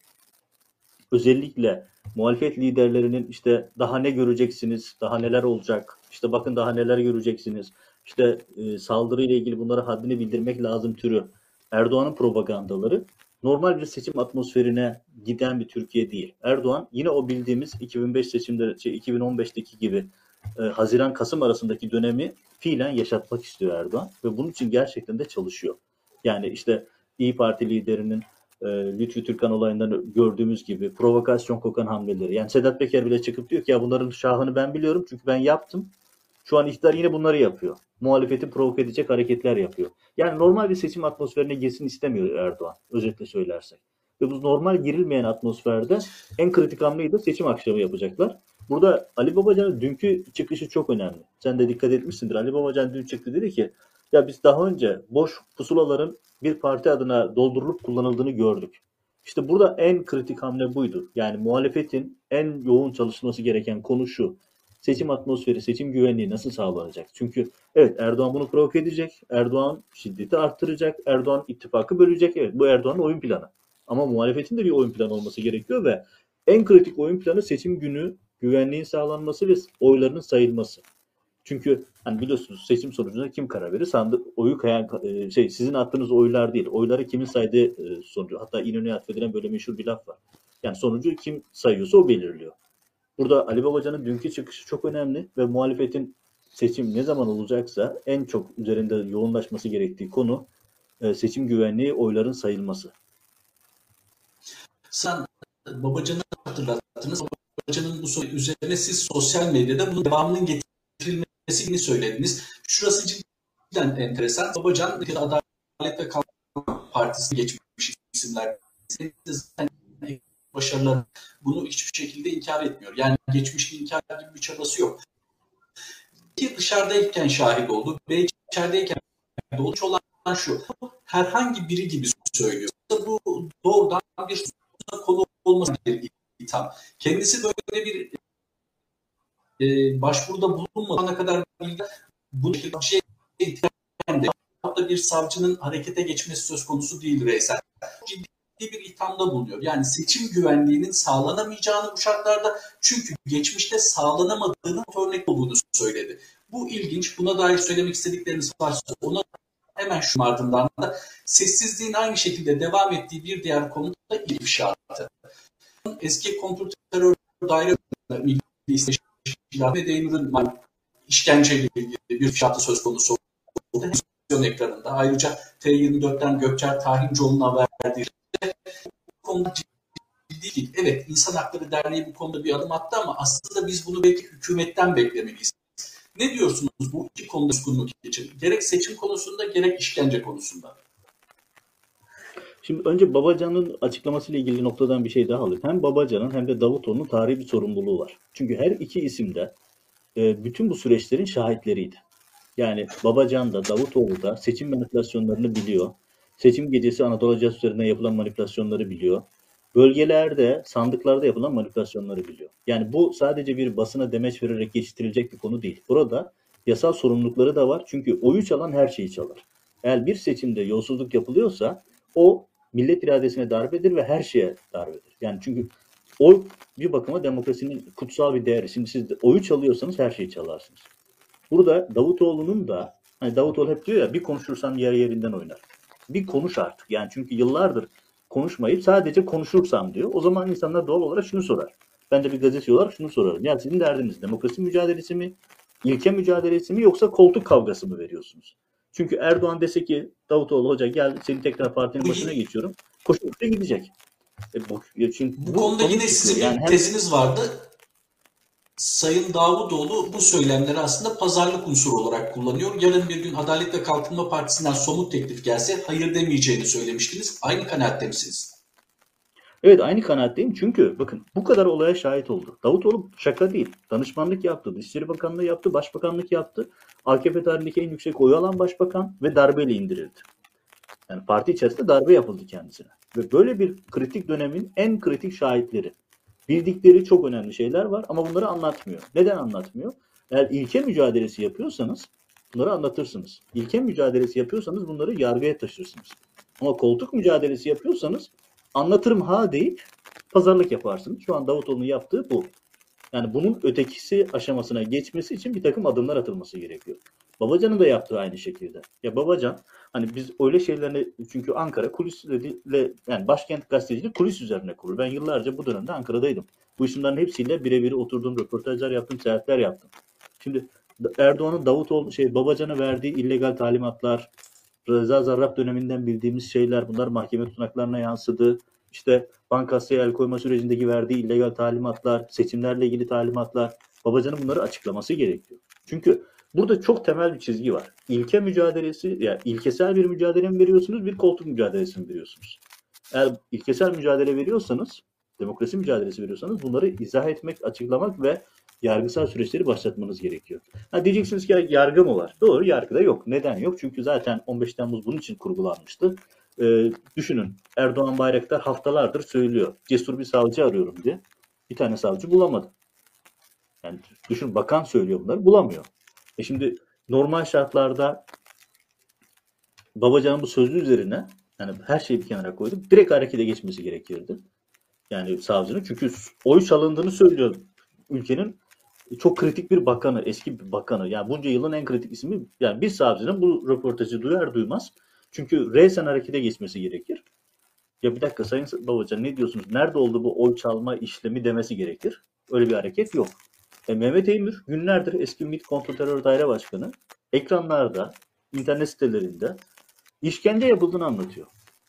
özellikle muhalefet liderlerinin işte daha ne göreceksiniz, daha neler olacak, işte bakın daha neler göreceksiniz, işte e, saldırıyla ilgili bunlara haddini bildirmek lazım türü Erdoğan'ın propagandaları normal bir seçim atmosferine giden bir Türkiye değil. Erdoğan yine o bildiğimiz iki bin beş seçimleri, şey, iki bin on beşteki gibi e, Haziran-Kasım arasındaki dönemi fiilen yaşatmak istiyor Erdoğan ve bunun için gerçekten de çalışıyor. Yani işte İyi Parti liderinin e, Lütfü Türkan olayından gördüğümüz gibi provokasyon kokan hamleleri. Yani Sedat Peker bile çıkıp diyor ki ya bunların şahını ben biliyorum çünkü ben yaptım. Şu an iktidar yine bunları yapıyor. Muhalefeti provoke edecek hareketler yapıyor. Yani normal bir seçim atmosferine girsin istemiyor Erdoğan. Özetle söylersek. Ve bu normal girilmeyen atmosferde en kritik hamleyi de seçim akşamı yapacaklar. Burada Ali Babacan'ın dünkü çıkışı çok önemli. Sen de dikkat etmişsindir. Ali Babacan dün çıktı, dedi ki ya biz daha önce boş pusulaların bir parti adına doldurulup kullanıldığını gördük. İşte burada en kritik hamle buydu. Yani muhalefetin en yoğun çalışması gereken konu şu: seçim atmosferi, seçim güvenliği nasıl sağlanacak? Çünkü evet, Erdoğan bunu provoke edecek, Erdoğan şiddeti arttıracak, Erdoğan ittifakı bölecek. Evet, bu Erdoğan'ın oyun planı. Ama muhalefetin de bir oyun planı olması gerekiyor ve en kritik oyun planı seçim günü güvenliğin sağlanması ve oylarının sayılması. Çünkü hani biliyorsunuz seçim sonucunda kim karar verir? Sandık oyu kayan e, şey sizin attığınız oylar değil. Oyları kimin saydığı e, sonucu. Hatta İnönü'ye atfedilen böyle meşhur bir laf var. Yani sonucu kim sayıyorsa o belirliyor. Burada Ali Babacan'ın dünkü çıkışı çok önemli ve muhalefetin seçim ne zaman olacaksa en çok üzerinde yoğunlaşması gerektiği konu e, seçim güvenliği, oyların sayılması. Sen Babacan'ı hatırlattınız. Babacan'ın bu soru üzerine siz sosyal medyada bunun devamının getirilmesini söylediniz. Şurası cidden enteresan. Babacan Adalet ve Kalkınma Partisi geçmiş isimler. Senin de zaten başarılar bunu hiçbir şekilde inkar etmiyor. Yani geçmişte inkar gibi bir çabası yok. Ki dışarıdayken şahit oldu ve içerideyken olmuş olan şu. Herhangi biri gibi söylüyor. Bu doğrudan bir konu olması bir itham. Kendisi böyle bir e, başvuruda bulunmadığına kadar bu şey itham de bir savcının harekete geçmesi söz konusu değil Veysel. Ciddi bir ithamda bulunuyor. Yani seçim güvenliğinin sağlanamayacağını bu şartlarda çünkü geçmişte sağlanamadığını örnek olduğunu söyledi. Bu ilginç. Buna dair söylemek istedikleriniz varsa ona hemen şu ardından da sessizliğin aynı şekilde devam ettiği bir diğer konu da ifşaatı. Eski kontrterör daire Milli İstihbarat ve Deynur'un işkenceyle ilgili bir ifşaatı söz konusu oldu. Televizyon ekranında. Ayrıca T yirmi dörtten Gökçer Tahincioğlu'na verdiği bu konuda ciddi değil. Evet, İnsan Hakları Derneği bu konuda bir adım attı ama aslında biz bunu belki hükümetten beklemeliyiz. Ne diyorsunuz bu iki konuda suskunluk için? Gerek seçim konusunda gerek işkence konusunda. Şimdi önce Babacan'ın açıklamasıyla ilgili noktadan bir şey daha alayım. Hem Babacan'ın hem de Davutoğlu'nun tarihi bir sorumluluğu var. Çünkü her iki isim de e, bütün bu süreçlerin şahitleriydi. Yani Babacan da Davutoğlu da seçim manipülasyonlarını biliyor. Seçim gecesi Anadolu Ajansı üzerinden yapılan manipülasyonları biliyor. Bölgelerde, sandıklarda yapılan manipülasyonları biliyor. Yani bu sadece bir basına demeç vererek geçiştirilecek bir konu değil. Burada yasal sorumlulukları da var. Çünkü oyu çalan her şeyi çalar. Eğer bir seçimde yolsuzluk yapılıyorsa o millet iradesine darbedir ve her şeye darbedir. Yani çünkü oy bir bakıma demokrasinin kutsal bir değeri. Şimdi siz de oyu çalıyorsanız her şeyi çalarsınız. Burada Davutoğlu'nun da hani Davutoğlu hep diyor ya bir konuşursan yer yerinden oynar. Bir konuş artık. Yani çünkü yıllardır konuşmayıp sadece konuşursam diyor. O zaman insanlar doğal olarak şunu sorar. Ben de bir gazeteci olarak şunu sorarım. Ya sizin derdiniz demokrasi mücadelesi mi, ilke mücadelesi mi yoksa koltuk kavgası mı veriyorsunuz? Çünkü Erdoğan dese ki Davutoğlu hoca gel seni tekrar partinin başına geçiyorum. Koşup da gidecek. E bu, çünkü bu, bu konuda yine sizin yani bir hem... teziniz vardı. Sayın Davutoğlu bu söylemleri aslında pazarlık unsuru olarak kullanıyor. Yarın bir gün Adalet ve Kalkınma Partisi'nden somut teklif gelse hayır demeyeceğini söylemiştiniz. Aynı kanaatte misiniz? Evet, aynı kanaatteyim. Çünkü bakın bu kadar olaya şahit oldu. Davutoğlu şaka değil. Danışmanlık yaptı, Dışişleri Bakanlığı yaptı, Başbakanlık yaptı. A K P tarihindeki en yüksek oy alan başbakan ve darbeyle indirildi. Yani parti içerisinde darbe yapıldı kendisine. Ve böyle bir kritik dönemin en kritik şahitleri. Bildikleri çok önemli şeyler var ama bunları anlatmıyor. Neden anlatmıyor? Eğer ilke mücadelesi yapıyorsanız bunları anlatırsınız. İlke mücadelesi yapıyorsanız bunları yargıya taşırsınız. Ama koltuk mücadelesi yapıyorsanız anlatırım ha deyip pazarlık yaparsınız. Şu an Davutoğlu'nun yaptığı bu. Yani bunun ötekisi aşamasına geçmesi için bir takım adımlar atılması gerekiyor. Babacan'ın da yaptığı aynı şekilde. Ya Babacan hani biz öyle şeylerini çünkü Ankara kulisle yani başkent gazeteciliği kulis üzerine kurulu. Ben yıllarca bu dönemde Ankara'daydım. Bu isimlerin hepsiyle birebir oturdum, röportajlar yaptım, seyahatler yaptım. Şimdi Erdoğan'ın Davutoğlu şey Babacan'a verdiği illegal talimatlar, Reza Zarrab döneminden bildiğimiz şeyler bunlar mahkeme tutanaklarına yansıdı. İşte bankasya el koyma sürecindeki verdiği illegal talimatlar, seçimlerle ilgili talimatlar. Babacan'ın bunları açıklaması gerekiyor. Çünkü burada çok temel bir çizgi var. İlke mücadelesi, yani ilkesel bir mücadele mi veriyorsunuz, bir koltuk mücadelesi mi veriyorsunuz? Eğer ilkesel mücadele veriyorsanız, demokrasi mücadelesi veriyorsanız bunları izah etmek, açıklamak ve yargısal süreçleri başlatmanız gerekiyor. Ha diyeceksiniz ki yargı mı var? Doğru, yargıda yok. Neden yok? Çünkü zaten on beş Temmuz bunun için kurgulanmıştı. Ee, düşünün, Erdoğan Bayraktar haftalardır söylüyor. Cesur bir savcı arıyorum diye. Bir tane savcı bulamadı. Yani düşün, bakan söylüyor bunları, bulamıyor. E şimdi normal şartlarda Babacan'ın bu sözü üzerine Yani her şeyi bir kenara koyduk. Direkt harekete geçmesi gerekirdi. Yani savcının. Çünkü oy çalındığını söylüyor ülkenin çok kritik bir bakanı, eski bir bakanı. Yani bunca yılın en kritik ismi. Yani bir savcının bu röportajı duyar duymaz. Çünkü resen harekete geçmesi gerekir. Ya bir dakika Sayın Babacan ne diyorsunuz? Nerede oldu bu oy çalma işlemi demesi gerekir. Öyle bir hareket yok. E, Mehmet Eymür günlerdir eski MİT Kontrterör Daire Başkanı ekranlarda, internet sitelerinde işkence yapıldığını anlatıyor.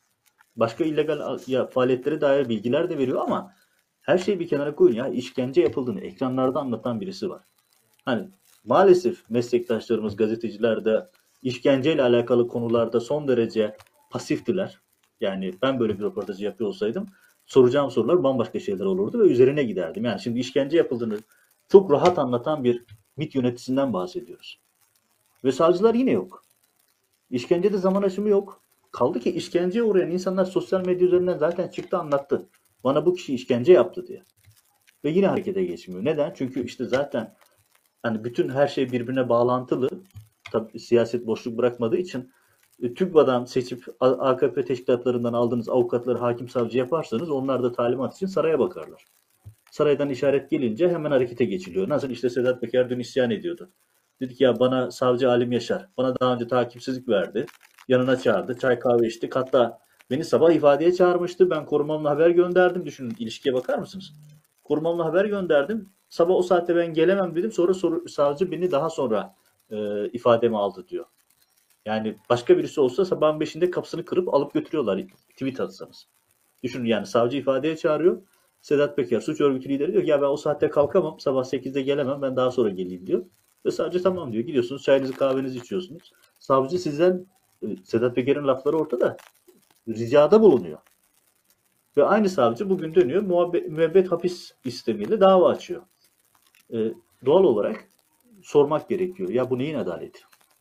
Başka illegal ya, faaliyetlere dair bilgiler de veriyor ama her şeyi bir kenara koyun ya işkence yapıldığını ekranlarda anlatan birisi var. Hani maalesef meslektaşlarımız gazeteciler de işkenceyle alakalı konularda son derece pasiftiler. Yani ben böyle bir röportajı yapıyor olsaydım soracağım sorular bambaşka şeyler olurdu ve üzerine giderdim. Yani şimdi işkence yapıldığını çok rahat anlatan bir MİT yöneticisinden bahsediyoruz. Ve savcılar yine yok. İşkencede zaman aşımı yok. Kaldı ki işkenceye uğrayan insanlar sosyal medya üzerinden zaten çıktı anlattı. Bana bu kişi işkence yaptı diye. Ve yine harekete geçmiyor. Neden? Çünkü işte zaten hani bütün her şey birbirine bağlantılı. Tabii siyaset boşluk bırakmadığı için e, TÜGVA'dan seçip A K P teşkilatlarından aldığınız avukatları hakim savcı yaparsanız onlar da talimat için saraya bakarlar. Saraydan işaret gelince hemen harekete geçiliyor. Nasıl işte Sedat Peker dün isyan ediyordu. Dedi ki ya bana savcı Halim Yaşar bana daha önce takipsizlik verdi. Yanına çağırdı. Çay kahve içtik. Hatta beni sabah ifadeye çağırmıştı. Ben korumamla haber gönderdim. Düşünün ilişkiye bakar mısınız? Korumamla haber gönderdim. Sabah o saatte ben gelemem dedim. Sonra soru, savcı beni daha sonra e, ifademe aldı diyor. Yani başka birisi olsa sabahın beşinde kapısını kırıp alıp götürüyorlar. Tweet atsanız. Düşünün yani savcı ifadeye çağırıyor. Sedat Peker suç örgütü lideri diyor ki ya ben o saatte kalkamam. Sabah sekizde gelemem. Ben daha sonra geleyim diyor. Ve savcı tamam diyor. Gidiyorsunuz çayınızı kahvenizi içiyorsunuz. Savcı sizden Sedat Peker'in lafları ortada. Ricada bulunuyor. Ve aynı savcı bugün dönüyor muhabbet, müebbet hapis istemiyle dava açıyor. Ee, doğal olarak sormak gerekiyor. Ya bu neyin adaleti?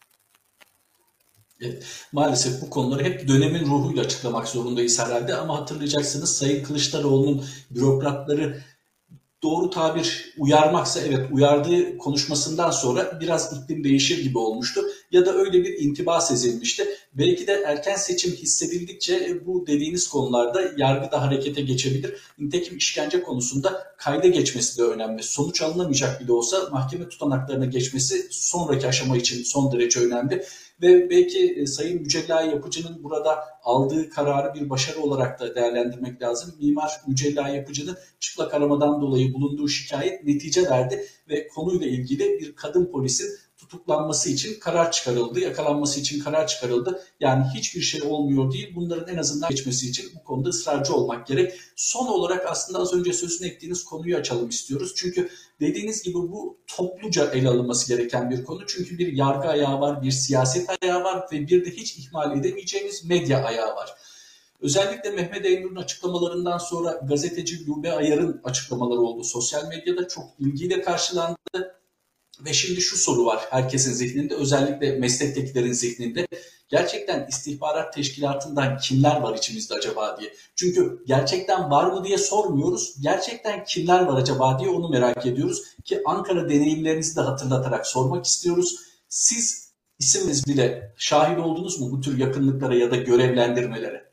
Evet, maalesef bu konuları hep dönemin ruhuyla açıklamak zorundayız herhalde ama hatırlayacaksınız Sayın Kılıçdaroğlu'nun bürokratları doğru tabir uyarmaksa evet uyardığı konuşmasından sonra biraz iklim değişir gibi olmuştu. Ya da öyle bir intiba sezilmişti. Belki de erken seçim hissedildikçe bu dediğiniz konularda yargı da harekete geçebilir. Nitekim işkence konusunda kayda geçmesi de önemli. Sonuç alınamayacak bile olsa mahkeme tutanaklarına geçmesi sonraki aşama için son derece önemli. Ve belki Sayın Mücella Yapıcı'nın burada aldığı kararı bir başarı olarak da değerlendirmek lazım. Mimar Mücella Yapıcı'nın çıplak aramadan dolayı bulunduğu şikayet netice verdi ve konuyla ilgili bir kadın polisin tutuklanması için karar çıkarıldı, yakalanması için karar çıkarıldı. Yani hiçbir şey olmuyor değil, bunların en azından geçmesi için bu konuda ısrarcı olmak gerek. Son olarak aslında az önce sözünü ettiğiniz konuyu açalım istiyoruz. Çünkü dediğiniz gibi bu topluca ele alınması gereken bir konu. Çünkü bir yargı ayağı var, bir siyaset ayağı var ve bir de hiç ihmal edemeyeceğimiz medya ayağı var. Özellikle Mehmet Eymür'ün açıklamalarından sonra gazeteci Lube Ayar'ın açıklamaları oldu. Sosyal medyada çok ilgiyle karşılandı. Ve şimdi şu soru var herkesin zihninde, özellikle meslektekilerin zihninde. Gerçekten istihbarat teşkilatından kimler var içimizde acaba diye. Çünkü gerçekten var mı diye sormuyoruz. Gerçekten kimler var acaba diye onu merak ediyoruz. Ki Ankara deneyimlerinizi de hatırlatarak sormak istiyoruz. Siz isiminiz bile şahit oldunuz mu bu tür yakınlıklara ya da görevlendirmelere?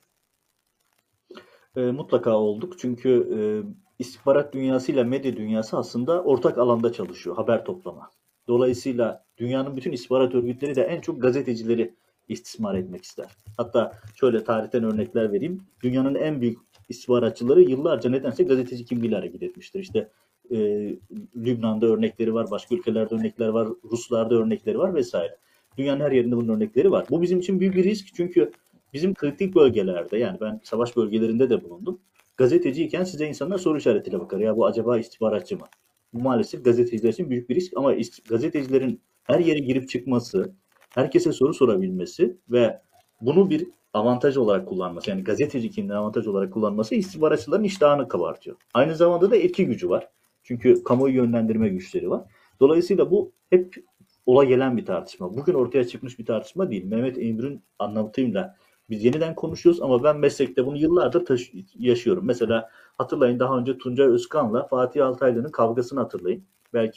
E, mutlaka olduk. Çünkü e, istihbarat dünyasıyla medya dünyası aslında ortak alanda çalışıyor. Haber toplama. Dolayısıyla dünyanın bütün istihbarat örgütleri de en çok gazetecileri istismar etmek ister. Hatta şöyle tarihten örnekler vereyim. Dünyanın en büyük istihbaratçıları yıllarca nedense gazeteci kimliğiyle hareket etmiştir. İşte e, Lübnan'da örnekleri var, başka ülkelerde örnekler var, Ruslarda örnekleri var vesaire. Dünyanın her yerinde bunun örnekleri var. Bu bizim için büyük bir risk çünkü bizim kritik bölgelerde yani ben savaş bölgelerinde de bulundum. Gazeteciyken size insanlar soru işaretiyle bakar. Ya bu acaba istihbaratçı mı? Bu maalesef gazeteciler için büyük bir risk ama gazetecilerin her yere girip çıkması, herkese soru sorabilmesi ve bunu bir avantaj olarak kullanması yani gazeteci kimliğini avantaj olarak kullanması istihbaratçıların iştahını kabartıyor. Aynı zamanda da etki gücü var. Çünkü kamuoyu yönlendirme güçleri var. Dolayısıyla bu hep ola gelen bir tartışma. Bugün ortaya çıkmış bir tartışma değil. Mehmet Eymür'ün anlatımıyla biz yeniden konuşuyoruz ama ben meslekte bunu yıllardır taşı- yaşıyorum. Mesela hatırlayın daha önce Tuncay Özkan'la Fatih Altaylı'nın kavgasını hatırlayın. Belki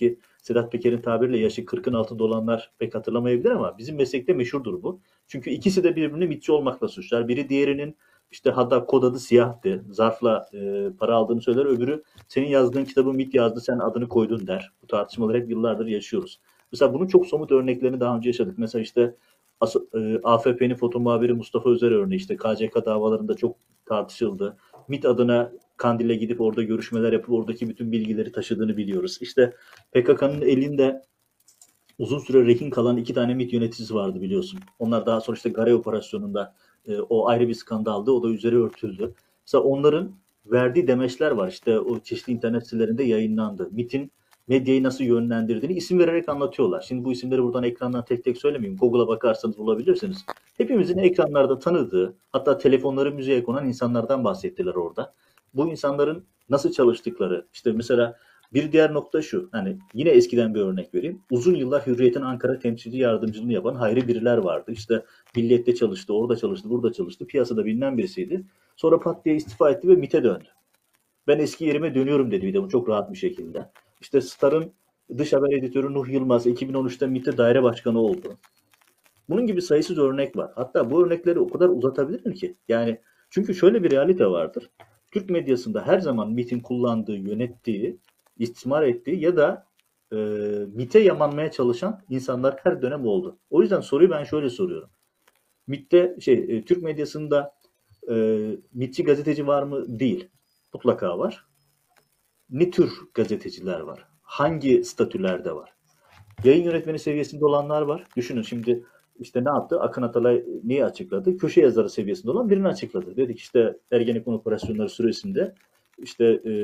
Sedat Peker'in tabiriyle yaşı kırkın altı dolanlar pek hatırlamayabilir ama bizim meslekte meşhurdur bu. Çünkü ikisi de birbirini mitçi olmakla suçlar. Biri diğerinin işte hatta kod adı siyahtı. Zarfla e, para aldığını söyler. Öbürü senin yazdığın kitabı MİT yazdı sen adını koydun der. Bu tartışmaları hep yıllardır yaşıyoruz. Mesela bunun çok somut örneklerini daha önce yaşadık. Mesela işte A F P'nin foto muhabiri Mustafa Özer örneği işte K C K davalarında çok tartışıldı. MİT adına Kandil'e gidip orada görüşmeler yapıp oradaki bütün bilgileri taşıdığını biliyoruz. İşte P K K'nın elinde uzun süre rehin kalan iki tane MİT yöneticisi vardı biliyorsun. Onlar daha sonra işte Gare operasyonunda e, o ayrı bir skandaldı. O da üzeri örtüldü. Mesela onların verdiği demeçler var. İşte o çeşitli internet sitelerinde yayınlandı. MİT'in medyayı nasıl yönlendirdiğini isim vererek anlatıyorlar. Şimdi bu isimleri buradan ekrandan tek tek söylemeyeyim. Google'a bakarsanız bulabilirsiniz. Hepimizin ekranlarda tanıdığı, hatta telefonları müziğe konan insanlardan bahsettiler orada. Bu insanların nasıl çalıştıkları, işte mesela bir diğer nokta şu, hani yine eskiden bir örnek vereyim. Uzun yıllar Hürriyet'in Ankara temsilci yardımcılığını yapan Hayri biriler vardı. İşte Milliyet'te çalıştı, orada çalıştı, burada çalıştı. Piyasada bilinen birisiydi. Sonra pat diye istifa etti ve MİT'e döndü. Ben eski yerime dönüyorum dedi bir de bu çok rahat bir şekilde. İşte Star'ın dış haber editörü Nuh Yılmaz iki bin on üçte MİT'te daire başkanı oldu. Bunun gibi sayısız örnek var. Hatta bu örnekleri o kadar uzatabilirim ki. Yani çünkü şöyle bir realite vardır. Türk medyasında her zaman MİT'in kullandığı, yönettiği, istismar ettiği ya da e, MİT'e yamanmaya çalışan insanlar her dönem oldu. O yüzden soruyu ben şöyle soruyorum. MİT'te şey e, Türk medyasında e, MİT'çi gazeteci var mı? Değil. Mutlaka var. Ne tür gazeteciler var? Hangi statülerde var? Yayın yönetmeni seviyesinde olanlar var. Düşünün şimdi işte ne yaptı? Akın Atalay neyi açıkladı? Köşe yazarı seviyesinde olan birini açıkladı. Dedik işte Ergenekon operasyonları süresinde işte e,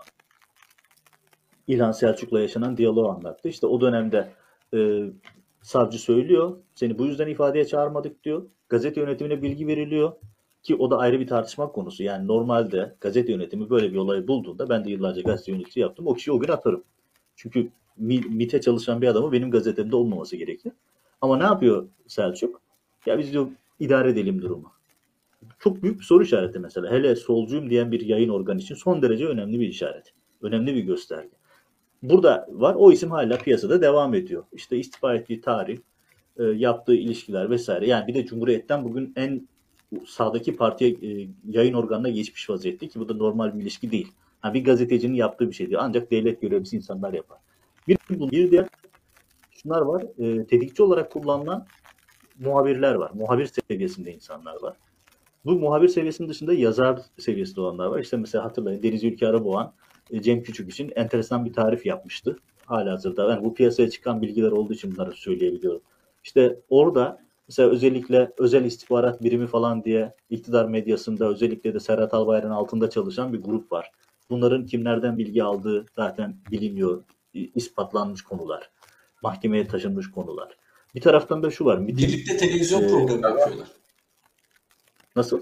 İlhan Selçuk'la yaşanan diyaloğu anlattı. İşte o dönemde e, savcı söylüyor. Seni bu yüzden ifadeye çağırmadık diyor. Gazete yönetimine bilgi veriliyor. Ki o da ayrı bir tartışma konusu. Yani normalde gazete yönetimi böyle bir olayı bulduğunda ben de yıllarca gazete yöneticisi yaptım. O kişiyi o gün atarım. Çünkü MİT'e çalışan bir adamı benim gazetemde olmaması gerekir. Ama ne yapıyor Selçuk? Ya biz diyor idare edelim durumu. Çok büyük bir soru işareti mesela. Hele solcuyum diyen bir yayın organı için son derece önemli bir işaret. Önemli bir gösterge. Burada var. O isim hala piyasada devam ediyor. İşte istifa ettiği tarih, e, yaptığı ilişkiler vesaire. Yani bir de Cumhuriyet'ten bugün en sağdaki partiye e, yayın organına geçmiş vaziyette ki bu da normal bir ilişki değil. Yani bir gazetecinin yaptığı bir şey değil. Ancak devlet görevlisi insanlar yapar. Bir, bir diğer şunlar var. E, tetikçi olarak kullanılan muhabirler var. Muhabir seviyesinde insanlar var. Bu muhabir seviyesinin dışında yazar seviyesinde olanlar var. İşte mesela hatırlayın Deniz Ülke Araboğan Cem Küçük için enteresan bir tarif yapmıştı. Halihazırda. Yani bu piyasaya çıkan bilgiler olduğu için bunları söyleyebiliyorum. İşte orada mesela özellikle özel istihbarat birimi falan diye iktidar medyasında özellikle de Serhat Albayrak'ın altında çalışan bir grup var. Bunların kimlerden bilgi aldığı zaten biliniyor. İspatlanmış konular. Mahkemeye taşınmış konular. Bir taraftan da şu var. Birlikte televizyon e, programı yapıyorlar. Nasıl?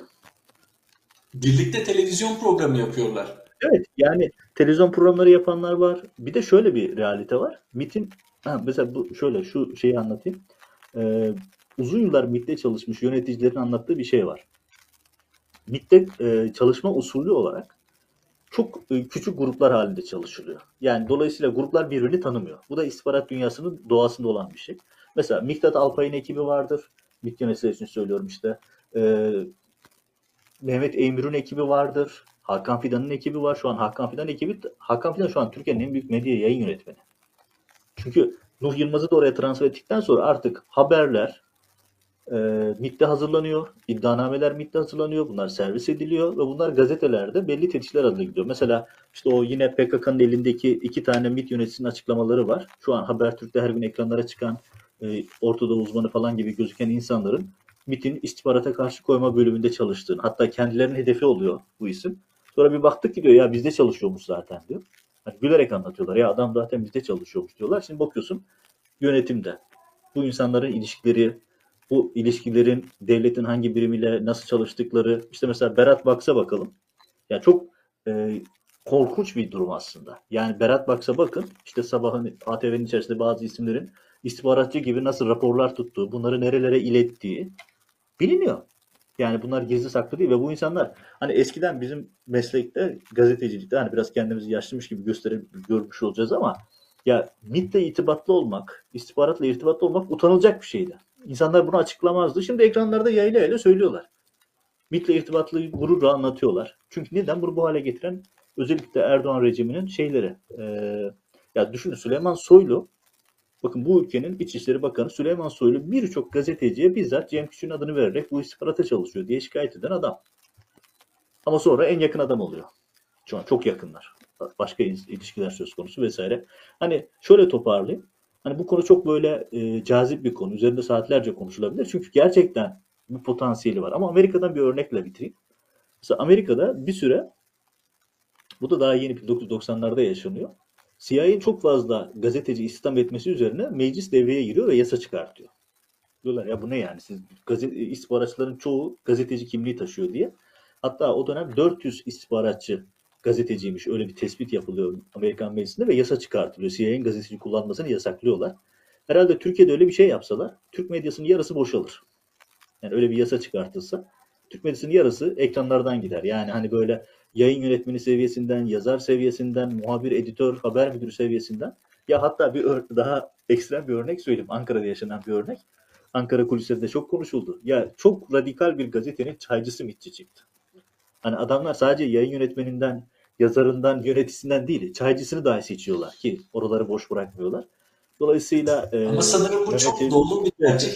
Birlikte televizyon programı yapıyorlar. Evet yani televizyon programları yapanlar var. Bir de şöyle bir realite var. MİT'in ha, mesela bu şöyle şu şeyi anlatayım. Ee, uzun yıllar MİT'te çalışmış yöneticilerin anlattığı bir şey var. MİT'te e, çalışma usulü olarak çok e, küçük gruplar halinde çalışılıyor. Yani dolayısıyla gruplar birbirini tanımıyor. Bu da istihbarat dünyasının doğasında olan bir şey. Mesela Miktat Alpay'ın ekibi vardır. MİT yöneticileri için söylüyorum işte. Ee, Mehmet Eymür'ün ekibi vardır. Hakan Fidan'ın ekibi var. Şu an Hakan Fidan ekibi, Hakan Fidan şu an Türkiye'nin en büyük medya yayın yönetmeni. Çünkü Nuh Yılmaz'ı da oraya transfer ettikten sonra artık haberler e, MİT'te hazırlanıyor. İddianameler MİT'te hazırlanıyor. Bunlar servis ediliyor ve bunlar gazetelerde belli tetikçiler adına gidiyor. Mesela işte o yine P K K'nın elindeki iki tane MİT yöneticisinin açıklamaları var. Şu an Habertürk'te her gün ekranlara çıkan e, Ortadoğu uzmanı falan gibi gözüken insanların MİT'in istihbarata karşı koyma bölümünde çalıştığını, hatta kendilerinin hedefi oluyor bu isim. Sonra bir baktık ki diyor ya bizde çalışıyormuş zaten diyor. Yani gülerek anlatıyorlar ya adam zaten bizde çalışıyormuş diyorlar. Şimdi bakıyorsun yönetimde. Bu insanların ilişkileri, bu ilişkilerin devletin hangi birimiyle nasıl çalıştıkları. İşte mesela Berat Baks'a bakalım. Ya çok e, korkunç bir durum aslında. Yani Berat Baks'a bakın. İşte sabahın A T V'nin içerisinde bazı isimlerin istihbaratçı gibi nasıl raporlar tuttuğu, bunları nerelere ilettiği biliniyor. Yani bunlar gizli saklı değil ve bu insanlar hani eskiden bizim meslekte gazetecilikte hani biraz kendimizi yaşlımış gibi gösterip görmüş olacağız ama Ya MİT'le irtibatlı olmak, istihbaratla irtibatlı olmak utanılacak bir şeydi. İnsanlar bunu açıklamazdı. Şimdi ekranlarda yayla yayla söylüyorlar. MİT'le irtibatlı gururla anlatıyorlar. Çünkü neden? Bunu bu hale getiren özellikle Erdoğan rejiminin şeyleri. E, ya düşünün, Süleyman Soylu, bakın bu ülkenin İçişleri Bakanı Süleyman Soylu birçok gazeteciye bizzat Cem Küçük'ün adını vererek bu istihbarata çalışıyor diye şikayet eden adam. Ama sonra en yakın adam oluyor. Şu an çok yakınlar. Başka ilişkiler söz konusu vesaire. Hani şöyle toparlayayım. Hani bu konu çok böyle e, cazip bir konu. Üzerinde saatlerce konuşulabilir. Çünkü gerçekten bir potansiyeli var. Ama Amerika'dan bir örnekle bitireyim. Mesela Amerika'da bir süre, bu da daha yeni bin dokuz yüz doksanlarda yaşanıyor. C I A'nin çok fazla gazeteci istihdam etmesi üzerine meclis devreye giriyor ve yasa çıkartıyor. Diyorlar ya bu ne yani, siz gazete, istihbaratçıların çoğu gazeteci kimliği taşıyor diye. Hatta o dönem dört yüz istihbaratçı gazeteciymiş, öyle bir tespit yapılıyor Amerikan meclisinde ve yasa çıkartılıyor. C I A'nin gazeteci kullanmasını yasaklıyorlar. Herhalde Türkiye'de öyle bir şey yapsalar Türk medyasının yarısı boşalır. Yani öyle bir yasa çıkartılsa Türk medyasının yarısı ekranlardan gider. Yani hani böyle yayın yönetmeni seviyesinden, yazar seviyesinden, muhabir, editör, haber müdürü seviyesinden, ya hatta bir daha ekstrem bir örnek söyleyeyim. Ankara'da yaşanan bir örnek. Ankara kulislerinde çok konuşuldu. Ya çok radikal bir gazetenin çaycısı MİTçi çıktı. Hani adamlar sadece yayın yönetmeninden, yazarından, yöneticisinden değil, çaycısını dahi seçiyorlar ki oraları boş bırakmıyorlar. Dolayısıyla e, Ama sanırım bu Mehmet çok Emin, doğru bir tercih.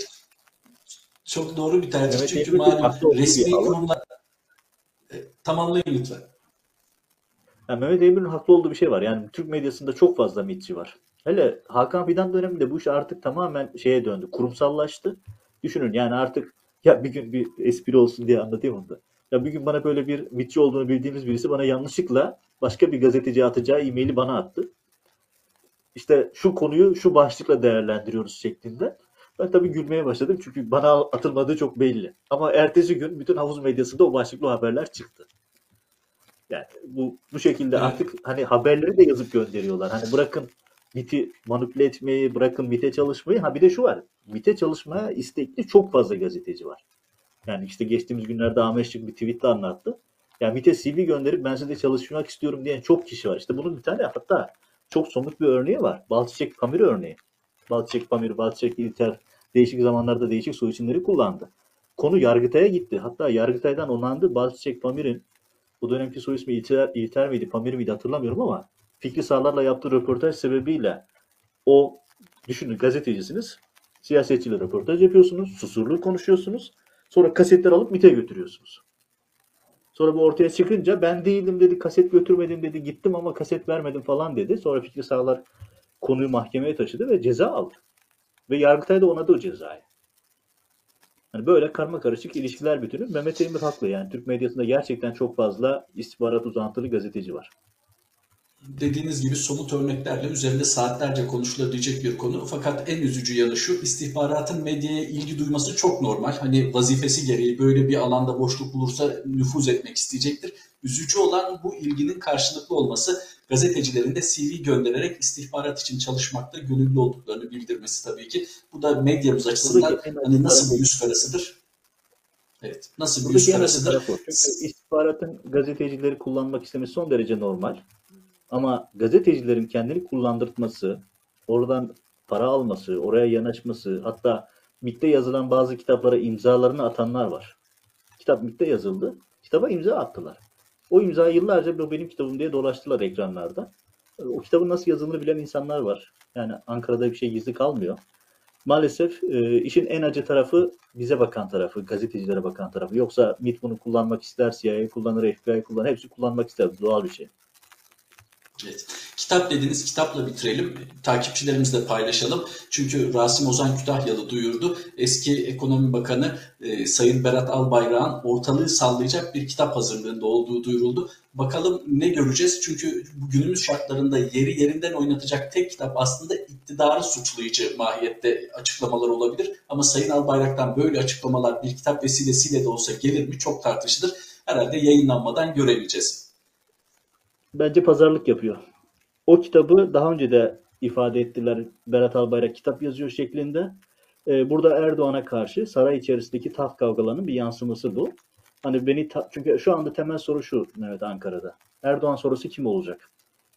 Çok doğru bir tercih. Mehmet Çünkü Emin çok malum haklı olduğu bir resmi alan. kurumlar. E, tamamlayın lütfen. Yani Mehmet Emin'in haklı olduğu bir şey var. Yani Türk medyasında çok fazla MİTçi var. Hele Hakan Fidan döneminde bu iş artık tamamen şeye döndü. Kurumsallaştı. Düşünün yani artık, ya bir gün bir espri olsun diye anlatayım onu da. Ya bir gün bana böyle bir MİTçi olduğunu bildiğimiz birisi bana yanlışlıkla başka bir gazeteciye atacağı e-maili bana attı. İşte şu konuyu şu başlıkla değerlendiriyoruz şeklinde. Ben tabii gülmeye başladım çünkü bana atılmadığı çok belli. Ama ertesi gün bütün havuz medyasında o başlıklı haberler çıktı. Yani bu bu şekilde Evet. artık hani haberleri de yazıp gönderiyorlar. Hani bırakın MİT'i manipüle etmeyi, bırakın MİT'e çalışmayı. Ha bir de şu var. MİT'e çalışmaya istekli çok fazla gazeteci var. Yani işte geçtiğimiz günlerde Ahmet Şık bir tweette anlattı. Ya MİT'e C V gönderip ben size çalışmak istiyorum diyen çok kişi var. İşte bunun bir tane hatta çok somut bir örneği var. Balçiçek Pamir örneği. Balçiçek Pamir, Balçiçek İlter değişik zamanlarda değişik soy isimleri kullandı. Konu Yargıtay'a gitti. Hatta Yargıtay'dan onandı. Balçiçek Pamir'in, o dönemki soy ismi İlter, İlter miydi, Pamir miydi hatırlamıyorum ama Fikri Sağlar'la yaptığı röportaj sebebiyle, o, düşünün gazetecisiniz, siyasetçiyle röportaj yapıyorsunuz, susurlu konuşuyorsunuz, sonra kasetler alıp MİT'e götürüyorsunuz. Sonra bu ortaya çıkınca ben değildim dedi, kaset götürmedim dedi, gittim ama kaset vermedim falan dedi. Sonra Fikri Sağlar konuyu mahkemeye taşıdı ve ceza aldı. Ve Yargıtay da onadı o cezayı. Yani böyle karma karışık ilişkiler bütünü. Mehmet Emin haklı, yani Türk medyasında gerçekten çok fazla istihbarat uzantılı gazeteci var. Dediğiniz gibi somut örneklerle üzerinde saatlerce konuşulabilecek bir konu. Fakat en üzücü yanı şu, istihbaratın medyaya ilgi duyması çok normal. Hani vazifesi gereği böyle bir alanda boşluk bulursa nüfuz etmek isteyecektir. Üzücü olan bu ilginin karşılıklı olması, gazetecilerin de C V göndererek istihbarat için çalışmakta gönüllü olduklarını bildirmesi tabii ki. Bu da medyamız Buradaki açısından en hani acı nasıl bir tarafı, yüz karasıdır? Evet, nasıl bir yüz buradaki en acı karasıdır? tarafı o. Çünkü istihbaratın gazetecileri kullanmak istemesi son derece normal. Ama gazetecilerin kendini kullandırtması, oradan para alması, oraya yanaşması, hatta MİT'te yazılan bazı kitaplara imzalarını atanlar var. Kitap MİT'te yazıldı, kitaba imza attılar. O imzayı yıllarca bu benim kitabım diye dolaştılar ekranlarda. O kitabın nasıl yazıldığını bilen insanlar var. Yani Ankara'da bir şey gizli kalmıyor. Maalesef e, işin en acı tarafı bize bakan tarafı, gazetecilere bakan tarafı. Yoksa MİT bunu kullanmak ister, C I A kullanır, F B I kullanır, hepsi kullanmak ister. Doğal bir şey. Evet. Kitap dediniz, kitapla bitirelim. Takipçilerimizle paylaşalım. Çünkü Rasim Ozan Kütahyalı duyurdu. Eski Ekonomi Bakanı e, Sayın Berat Albayrak'ın ortalığı sallayacak bir kitap hazırlığında olduğu duyuruldu. Bakalım ne göreceğiz? Çünkü günümüz şartlarında yeri yerinden oynatacak tek kitap aslında iktidarı suçlayıcı mahiyette açıklamalar olabilir. Ama Sayın Albayrak'tan böyle açıklamalar bir kitap vesilesiyle de olsa gelir mi çok tartışılır. Herhalde yayınlanmadan göremeyeceğiz. Bence pazarlık yapıyor. O kitabı daha önce de ifade ettiler. Berat Albayrak kitap yazıyor şeklinde. Ee, burada Erdoğan'a karşı saray içerisindeki taht kavgalarının bir yansıması bu. Hani beni ta- çünkü şu anda temel soru şu Mehmet, Ankara'da. Erdoğan sorusu kim olacak?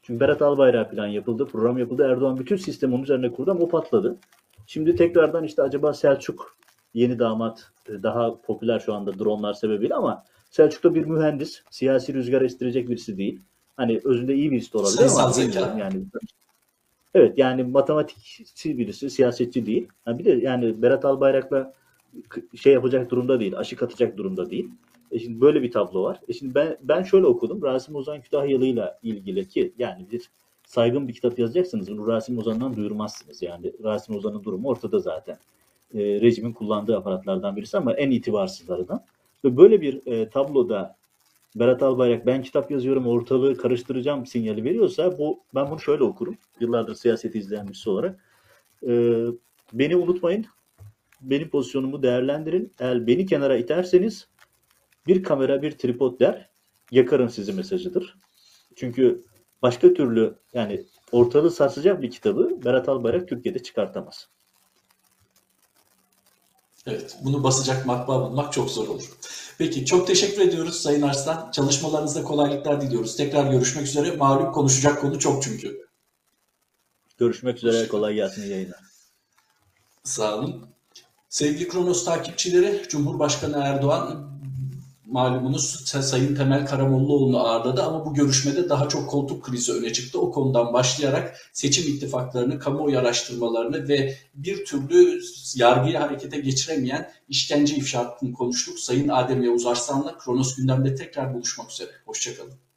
Şimdi Berat Albayrak plan yapıldı, program yapıldı. Erdoğan bütün sistemi onun üzerine kurdu ama o patladı. Şimdi tekrardan işte acaba Selçuk yeni damat, daha popüler şu anda dronlar sebebiyle ama Selçuk da bir mühendis. Siyasi rüzgar estirecek birisi değil. Hani özünde iyi birisi de olabilir Sayısal ama zeka. yani evet yani matematikçi birisi, siyasetçi değil. Ha bir de yani Berat Albayrak'la şey yapacak durumda değil, aşık atacak durumda değil. E şimdi böyle bir tablo var. E şimdi ben ben şöyle okudum. Rasim Ozan Kütahyalı'yla ilgili ki yani bir saygın bir kitap yazacaksınız. Bunu Rasim Ozan'dan duyurmazsınız. Yani Rasim Ozan'ın durumu ortada zaten. E, rejimin kullandığı aparatlardan birisi ama en itibarsızlarından. Ve böyle bir e, tabloda Berat Albayrak ben kitap yazıyorum ortalığı karıştıracağım sinyali veriyorsa bu ben bunu şöyle okurum. Yıllardır siyaseti izleyen birisi olarak. E, beni unutmayın. Benim pozisyonumu değerlendirin. Eğer beni kenara iterseniz bir kamera bir tripod der. Yakarım sizi mesajıdır. Çünkü başka türlü yani ortalığı sarsacak bir kitabı Berat Albayrak Türkiye'de çıkartamaz. Evet, bunu basacak matbaa bulmak çok zor olur. Peki, çok teşekkür ediyoruz Sayın Arslan. Çalışmalarınızda kolaylıklar diliyoruz. Tekrar görüşmek üzere. Malum konuşacak konu çok çünkü. Görüşmek üzere. Kolay gelsin yayınlar. Sağ olun. Sevgili Kronos takipçileri, Cumhurbaşkanı Erdoğan malumunuz Sayın Temel Karamollaoğlu'nu ağırladı ama bu görüşmede daha çok koltuk krizi öne çıktı. O konudan başlayarak seçim ittifaklarını, kamuoyu araştırmalarını ve bir türlü yargıyı harekete geçiremeyen işkence ifşaatını konuştuk. Sayın Adem Yavuz Arslan'la Kronos gündemde tekrar buluşmak üzere. Hoşçakalın.